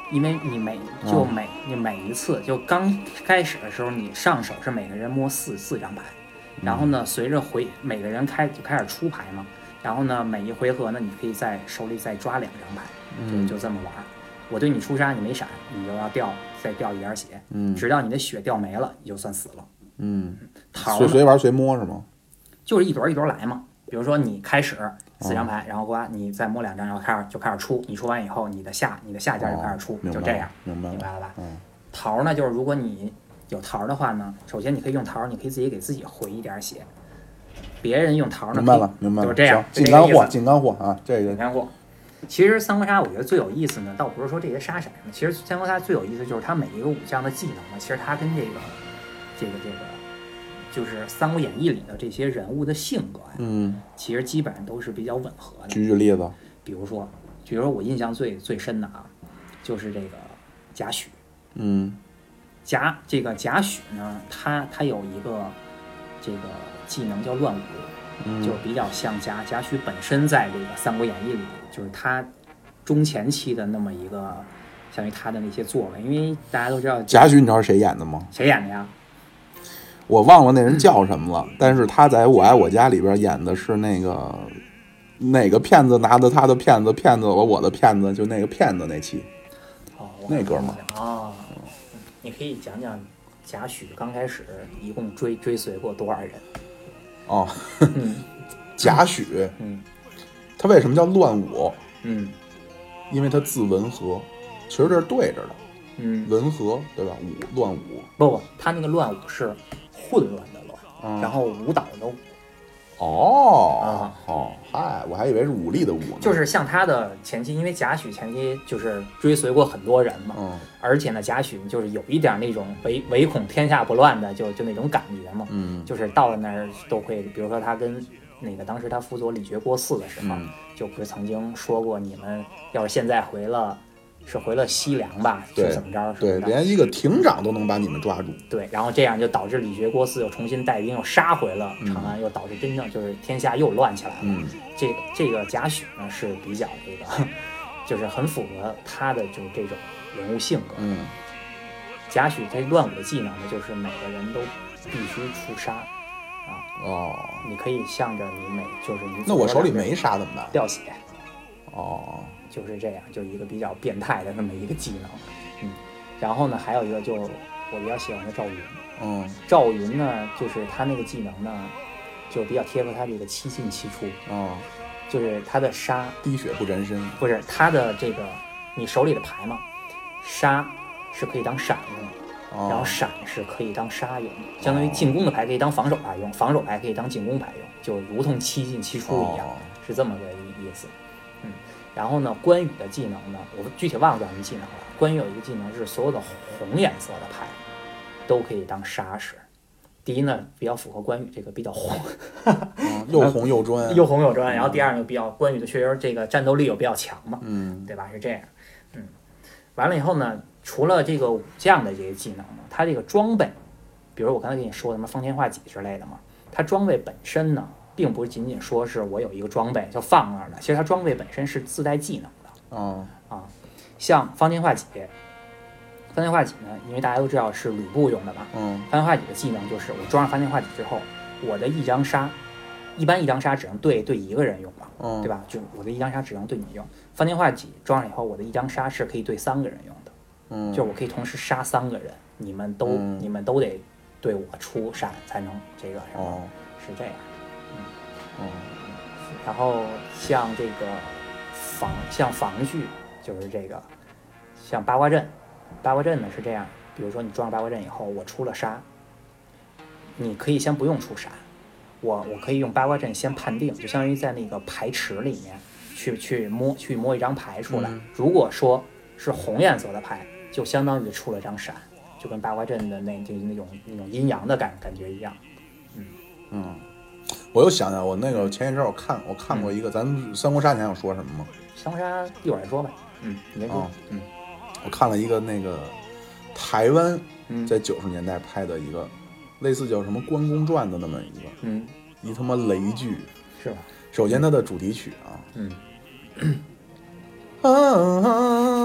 因为你每就每、哦、你每一次就刚开始的时候，你上手是每个人摸四四张牌，然后呢，随着回每个人开就开始出牌嘛，然后呢，每一回合呢，你可以在手里再抓两张牌， 嗯， 就就这么玩。我对你出杀，你没闪，你就要掉再掉一点血，嗯，直到你的血掉没了，你就算死了。 嗯，随随玩随摸是吗？ 就是一轮一轮来嘛。比如说你开始四张牌，哦、然后呱你再摸两张，然后开始就开始出，你出完以后，你的下你的下家就开始出， 哦、 就这样， 明白明白了吧？ 嗯。 桃呢，就是如果你有桃的话呢，首先你可以用桃，你可以自己给自己回一点血。别人用桃呢， 明白了，明白了， 就是这样， 进干货，进干货啊，这个进干货。其实三国杀我觉得最有意思呢，倒不是说这些杀骰，其实三国杀最有意思就是它每一个武将的技能呢，其实它跟这个这个这个就是《三国演义》里的这些人物的性格呀， 嗯， 其实基本上都是比较吻合的。 举举例子， 比如说，比如说我印象最最深的啊，就是这个贾诩， 嗯， 贾这个贾诩呢，他他有一个这个技能叫乱舞。 嗯、 就比较像贾贾诩本身在这个《三国演义》里，就是他中前期的那么一个，相当于他的那些作为，因为大家都知道贾诩，你知道是谁演的吗？ 谁演的呀？ 我忘了那人叫什么了，嗯、但是他在我爱我家里边演的是那个哪个骗子拿着他的骗子骗子我我的骗子，就那个骗子那期， 哦， 那哥们儿啊，你可以讲讲贾诩刚开始一共追追随过多少人？ 哦，贾诩，嗯，他为什么叫乱舞？ 嗯， 因为他字文和，其实这是对着的， 嗯， 文和对吧？舞乱舞， 不不，他那个乱舞是混乱的乱，嗯、然后舞蹈的舞。 哦， 啊、 嗯，哦，嗨，我还以为是武力的武呢。 就是像他的前期，因为贾诩前期就是追随过很多人嘛， 嗯， 而且呢，贾诩就是有一点那种唯唯恐天下不乱的，就就那种感觉嘛， 嗯， 就是到了那儿都会，比如说他跟那个当时他辅佐李傕郭汜的时候， 嗯、 就不是曾经说过，你们要是现在回了。是回了西凉吧？ 对， 是怎么着？ 对，连一个亭长都能把你们抓住。 对，然后这样就导致李傕郭汜又重新带兵又杀回了长安，嗯、又导致真正就是天下又乱起来了。 嗯， 这个这个贾诩呢是比较这个，就是很符合他的就是这种人物性格。 嗯， 贾诩这乱舞的技能呢，就是每个人都必须出杀啊。 哦， 你可以向着你每就是你那我手里没杀怎么办？ 掉血。 哦。 就是这样，就一个比较变态的那么一个技能，嗯，然后呢，还有一个就是我比较喜欢的赵云， 嗯， 赵云呢，就是他那个技能呢，就比较贴合他这个七进七出， 哦， 就是他的杀滴血不沾身， 不是他的这个你手里的牌嘛，杀是可以当闪用的， 哦、 然后闪是可以当杀用的，相当于进攻的牌可以当防守牌用，防守牌可以当进攻牌用，就如同七进七出一样， 哦、 是这么个意思，嗯。然后呢，关羽的技能呢，我具体忘了关羽技能了。关羽有一个技能是所有的红颜色的牌都可以当杀使。第一呢，比较符合关羽这个比较红， 嗯、又红又专， 又红又专。然后第二呢，比较关羽的确实这个战斗力又比较强嘛， 嗯， 对吧？是这样，嗯。完了以后呢，除了这个武将的这些技能呢，他这个装备，比如我刚才跟你说的什么方天画戟之类的嘛，他装备本身呢。并不仅仅说是我有一个装备就放那儿的，其实它装备本身是自带技能的。 哦啊，像方天画戟，方天画戟呢，因为大家都知道是吕布用的嘛。 嗯。 方天画戟的技能就是我装上方天画戟之后，我的一张杀，一般一张杀只能对对一个人用嘛， 嗯、 对吧？就我的一张杀只能对你用。方天画戟装上以后，我的一张杀是可以对三个人用的。 嗯。 就是我可以同时杀三个人，你们都、 嗯、 你们都得对我出闪才能这个什么， 哦、 是这样。 嗯， 然后像这个防像防具就是这个，像八卦阵，八卦阵呢是这样，比如说你装上八卦阵以后，我出了杀，你可以先不用出杀，我我可以用八卦阵先判定，就相当于在那个牌池里面去去摸去摸一张牌出来， 嗯、 如果说是红颜色的牌，就相当于出了张闪，就跟八卦阵的那就那种那种阴阳的感感觉一样，嗯嗯。我又想想，我那个前一阵我看我看过一个，嗯、咱三国杀你还想说什么吗？ 三国杀一会儿再说吧。嗯，你先说。哦、 嗯，我看了一个那个台湾在九十年代拍的一个、嗯、类似叫什么《关公传》的那么一个， 嗯， 一他妈雷剧， 是吧？ 首先它的主题曲啊， 嗯， 啊啊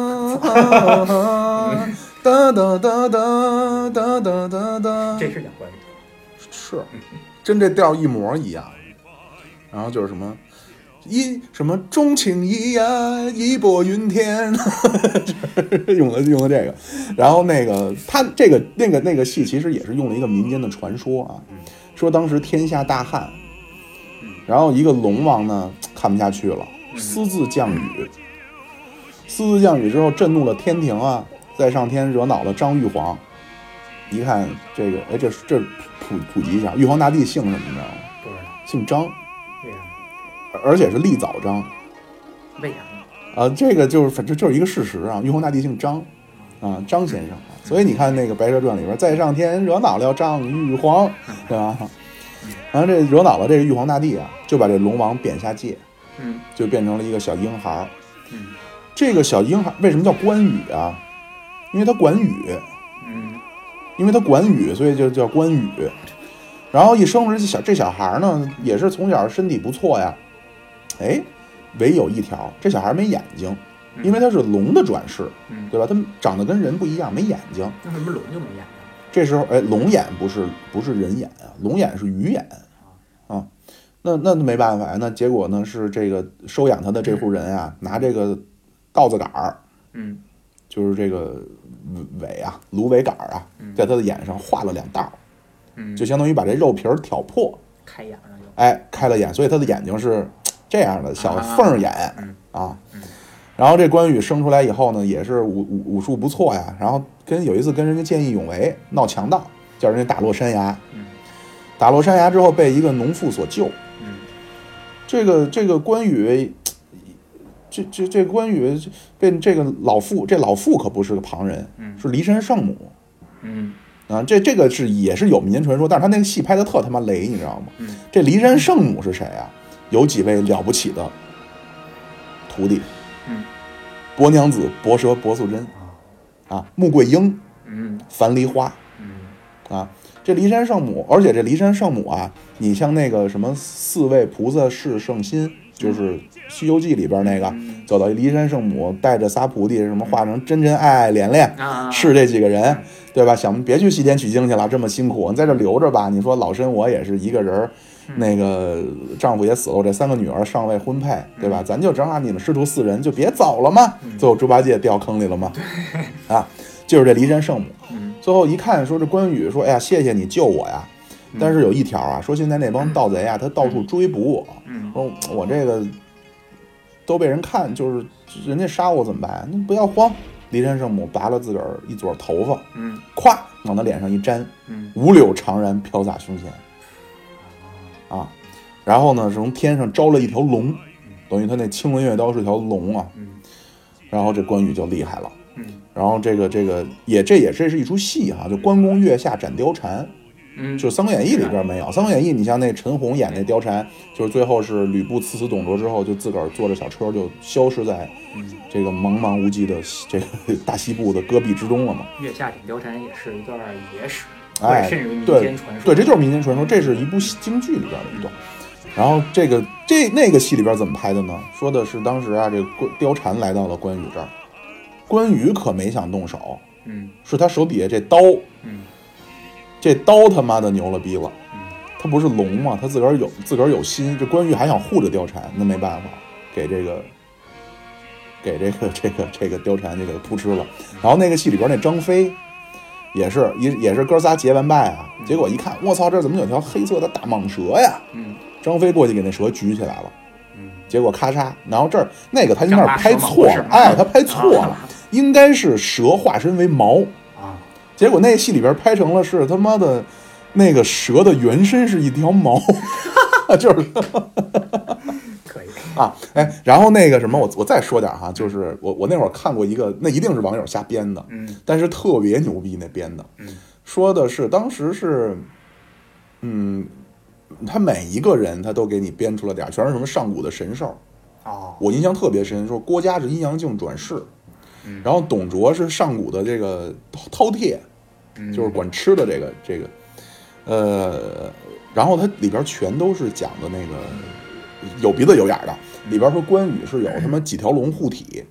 哒哒哒哒哒哒哒哒， 这是讲关羽， 是，真这调一模一样。然后就是什么一什么钟情一呀，义薄云天，用了用了这个。然后那个他这个那个那个戏其实也是用了一个民间的传说啊，说当时天下大旱，然后一个龙王呢看不下去了，私自降雨，私自降雨之后震怒了天庭啊，在上天惹恼了张玉皇。一看这个，哎，这这普普及一下，玉皇大帝姓什么你知道吗？ 不知道姓张， 为啥？ 而且是立早张。 为啥呢？ 啊，这个就是反正就是一个事实啊，玉皇大帝姓张，啊，张先生。所以你看那个《白蛇传》里边，在上天惹恼了张玉皇，对吧？然后这惹恼了这个玉皇大帝啊，就把这龙王贬下界， 嗯， 就变成了一个小婴孩。 嗯， 这个小婴孩为什么叫关羽啊？因为他管羽， 嗯， 因为他管羽，所以就叫关羽。然后一生这小这小孩呢，也是从小身体不错呀，哎，唯有一条，这小孩没眼睛，因为他是龙的转世， 嗯， 对吧？他长得跟人不一样，没眼睛。 那为什么龙就没眼睛？ 这时候，哎，龙眼不是不是人眼啊，龙眼是鱼眼啊。那那没办法呀，那结果呢是这个收养他的这户人啊，拿这个稻子杆儿， 嗯， 就是这个尾啊，芦苇杆儿啊，在他的眼上画了两道， 嗯， 就相当于把这肉皮儿挑破， 开眼了就， 哎，开了眼，所以他的眼睛是这样的小缝眼啊。 嗯， 然后这关羽生出来以后呢，也是武武武术不错呀，然后跟有一次跟人家见义勇为，闹强盗，叫人家打落山崖， 嗯， 打落山崖之后被一个农妇所救， 嗯， 这个这个关羽，这这这关羽被这个老妇，这老妇可不是个旁人， 嗯， 是骊山圣母， 嗯， 啊，这这个是也是有民间传说，但是他那个戏拍的特他妈雷，你知道吗？ 嗯， 这骊山圣母是谁啊？有几位了不起的徒弟， 嗯， 伯娘子、伯蛇、伯素贞，啊，穆桂英， 嗯， 樊梨花， 嗯， 啊，这骊山圣母，而且这骊山圣母啊，你像那个什么四位菩萨是圣心，就是《西游记》里边那个， 嗯、 走到骊山圣母带着仨徒弟，什么化成真真爱爱连连， 啊、 是这几个人，对吧？想别去西天取经去了，这么辛苦，你在这留着吧。你说老身我也是一个人，那个丈夫也死了，我这三个女儿尚未婚配，对吧？咱就正好你们师徒四人就别走了嘛。最后猪八戒掉坑里了嘛，啊，就是这骊山圣母。最后一看说这关羽说，哎呀，谢谢你救我呀。但是有一条啊，说现在那帮盗贼啊，他到处追捕我，说我这个都被人看，就是人家杀我怎么办？你不要慌。骊山圣母拔了自个儿一撮头发， 嗯， 咵往他脸上一沾， 嗯， 五柳长髯飘洒胸前，啊，然后呢，从天上招了一条龙，等于他那青文月刀是条龙啊， 嗯， 然后这关羽就厉害了， 嗯， 然后这个这个也这也这是一出戏哈、啊，就关公月下斩貂蝉。 嗯， 就《三国演义》里边没有，《三国演义》你像那陈洪演那貂蝉，就是最后是吕布刺死董卓之后，就自个儿坐着小车就消失在这个茫茫无际的这个大西部的戈壁之中了嘛。 月下斩貂蝉也是一段野史， 哎， 甚至于民对间传说。 对，这就是民间传说，这是一部京剧里边的一段。然后这个这那个戏里边怎么拍的呢？说的是当时啊，这个貂蝉来到了关羽这儿，关羽可没想动手， 嗯， 是他手底下这刀， 嗯。 这刀他妈的牛了逼了，他不是龙吗？他自个儿有自个儿有心，这关羽还想护着貂蝉，那没办法，给这个给这个这个这个貂蝉就给扑吃了。然后那个戏里边那张飞也是也也是哥仨结完拜啊，结果一看，我操，这怎么有条黑色的大蟒蛇呀？ 嗯， 张飞过去给那蛇举起来了， 嗯， 结果咔嚓，然后这儿那个他应该是拍错了，哎，他拍错了，应该是蛇化身为毛。结果那戏里边拍成了是他妈的，那个蛇的原身是一条毛，就是可以啊，哎，然后那个什么，我我再说点哈，就是我我那会儿看过一个，那一定是网友瞎编的， 嗯， 但是特别牛逼那编的， 嗯， 说的是当时是，嗯，他每一个人他都给你编出了点，全是什么上古的神兽， 哦， 我印象特别深，说郭嘉是阴阳镜转世。然后董卓是上古的这个饕餮，就是管吃的这个这个，呃，然后它里边全都是讲的那个有鼻子有眼的，里边说关羽是有他妈几条龙护体，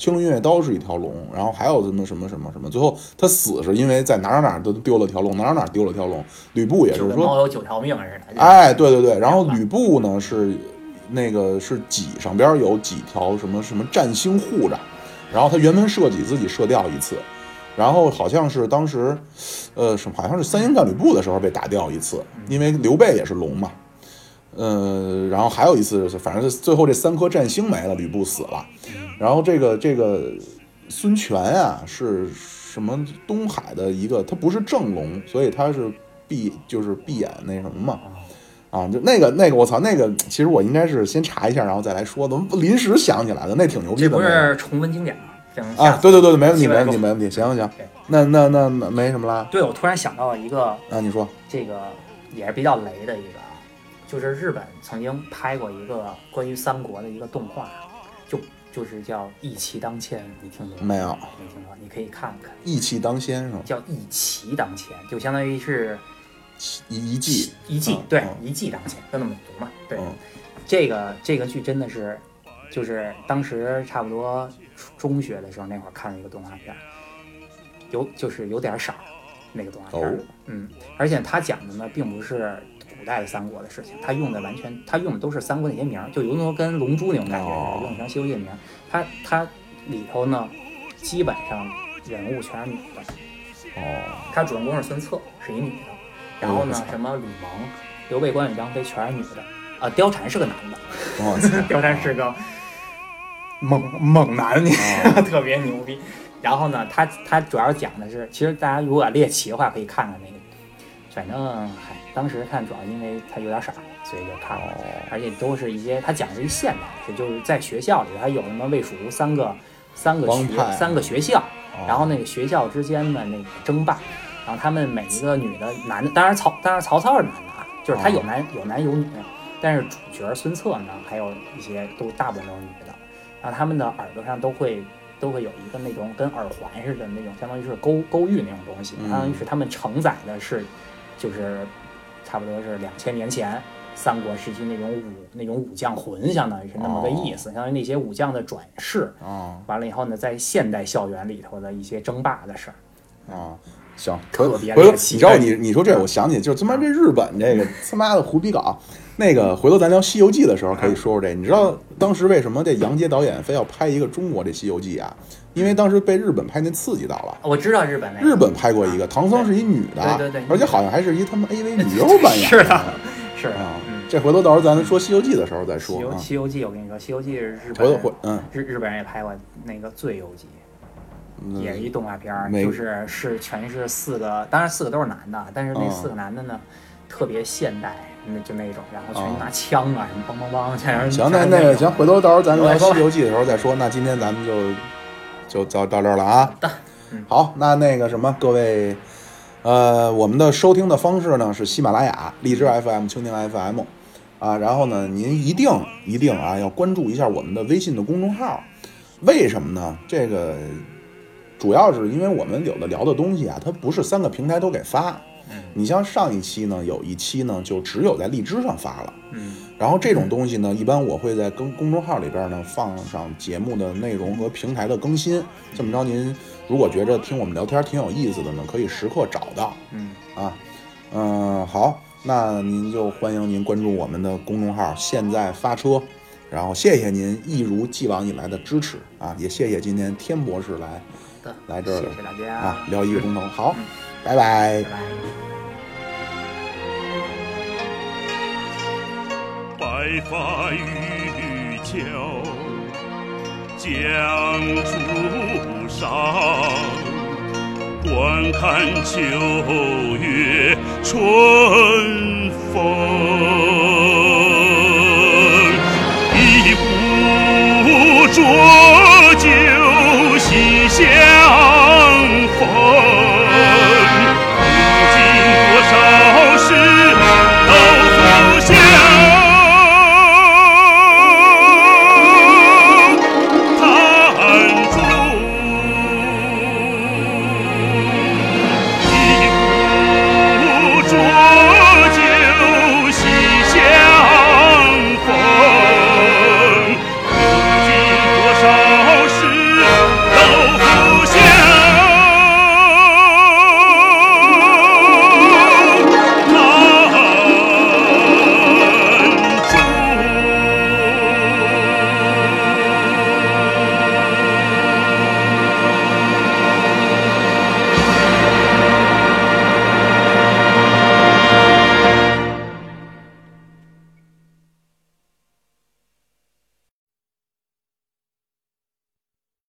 青龙偃月刀是一条龙，然后还有什么什么什么什么，最后他死是因为在哪儿哪儿都丢了条龙，哪儿哪儿丢了条龙。吕布也是说猫有九条命似的。 哎，对对对，然后吕布呢是那个是戟上边有几条什么什么战星护着，然后他原文射戟自己射掉一次。然后好像是当时，呃，什么好像是三英战吕布的时候被打掉一次，因为刘备也是龙嘛，呃，然后还有一次，反正最后这三颗战星没了，吕布死了。然后这个这个孙权啊是什么东海的一个，他不是正龙，所以他是闭就是闭眼那什么嘛。啊，就那个那个，我操，那个其实我应该是先查一下，然后再来说的。临时想起来的，那挺牛逼的。 这不是重温经典吗？ 啊，对对对，没问题，没问题，没问题。行行行，那那那没什么啦。 对，我突然想到一个， 啊，你说这个也是比较雷的一个，就是日本曾经拍过一个关于三国的一个动画，就就是叫《义旗当前》，你听过没有？ 没听过，你可以看看。 义气当先是吗？ 叫义旗当前，就相当于是一一季一季， 嗯、 对， 嗯、 一季当前，就那么读嘛。对， 嗯、 这个这个剧真的是。就是当时差不多中学的时候那会儿看了一个动画片，有就是有点傻，那个动画片，哦、嗯，而且他讲的呢并不是古代的三国的事情，他用的完全他用的都是三国那些名，就有那种跟龙珠那种感觉，哦、用成西游记的名，他他里头呢基本上人物全是女的， 哦， 他主人公是孙策，是一女的，然后呢、哦、什么吕蒙、刘备、关羽、张飞全是女的，啊，貂蝉是个男的， 哦、 貂蝉是个。猛猛男，你、哦、特别牛逼。然后呢，他他主要讲的是，其实大家如果猎奇的话，可以看看那个。反正嗨，当时看主要因为他有点傻，所以就看了。哦、而且都是一些他讲的是现代是，就是在学校里，他有什么魏蜀吴三个三个学三个学校， 哦、 然后那个学校之间的那个争霸，然后他们每一个女的男的，当然曹当然曹操是男的啊，就是他有男、哦、有男有女，但是主角孙策呢，还有一些都大部分都是女的。然后他们的耳朵上都会都会有一个那种跟耳环似的那种，相当于是勾勾玉那种东西，相当于是他们承载的是，就是差不多是两千年前三国时期那种武那种武将魂，相当于是那么个意思，哦、相当于那些武将的转世。 哦， 完了以后呢，在现代校园里头的一些争霸的事儿。 啊，行， 特别回头你知道你你说这，我想起就他妈这日本这个他妈的胡逼搞。那个回头咱聊《西游记》的时候可以说说这，你知道当时为什么这杨洁导演非要拍一个中国这《西游记》啊？因为当时被日本拍那刺激到了。 我知道日本那个， 日本拍过一个，唐僧是一女的， 对对对， 而且好像还是一他妈 A V 女优扮演。 是的，是啊，这回头到时候咱说《西游记》的时候再说。 西游西游记，我跟你说，《西游记》是日本， 嗯， 日日本人也拍过那个《醉游记》。也是一动画片，就是是全是四个，当然四个都是男的，但是那四个男的呢，嗯、特别现代，那就那种，然后全拿枪啊，什么梆梆梆，全是。 行，那那个行，回头到时候咱聊《西游记》的时候再说。那今天咱们就就到到这儿了啊。 好的，嗯、 好，那那个什么，各位，呃，我们的收听的方式呢是喜马拉雅、荔枝 F M、蜻蜓 F M 啊，然后呢，您一定一定啊要关注一下我们的微信的公众号，为什么呢？这个。主要是因为我们有的聊的东西啊，它不是三个平台都给发。你像上一期呢，有一期呢就只有在荔枝上发了。 嗯， 然后这种东西呢，一般我会在公公众号里边呢放上节目的内容和平台的更新。这么着，您如果觉着听我们聊天挺有意思的呢，可以时刻找到。 嗯啊，嗯、呃，好，那您就欢迎您关注我们的公众号，现在发车。然后谢谢您一如既往以来的支持啊，也谢谢今天天博士来。来这儿， 谢谢大家啊，聊一个钟头，好， 嗯、 拜拜。 拜拜。 白发渔樵江渚上，观看秋月春风，一壶浊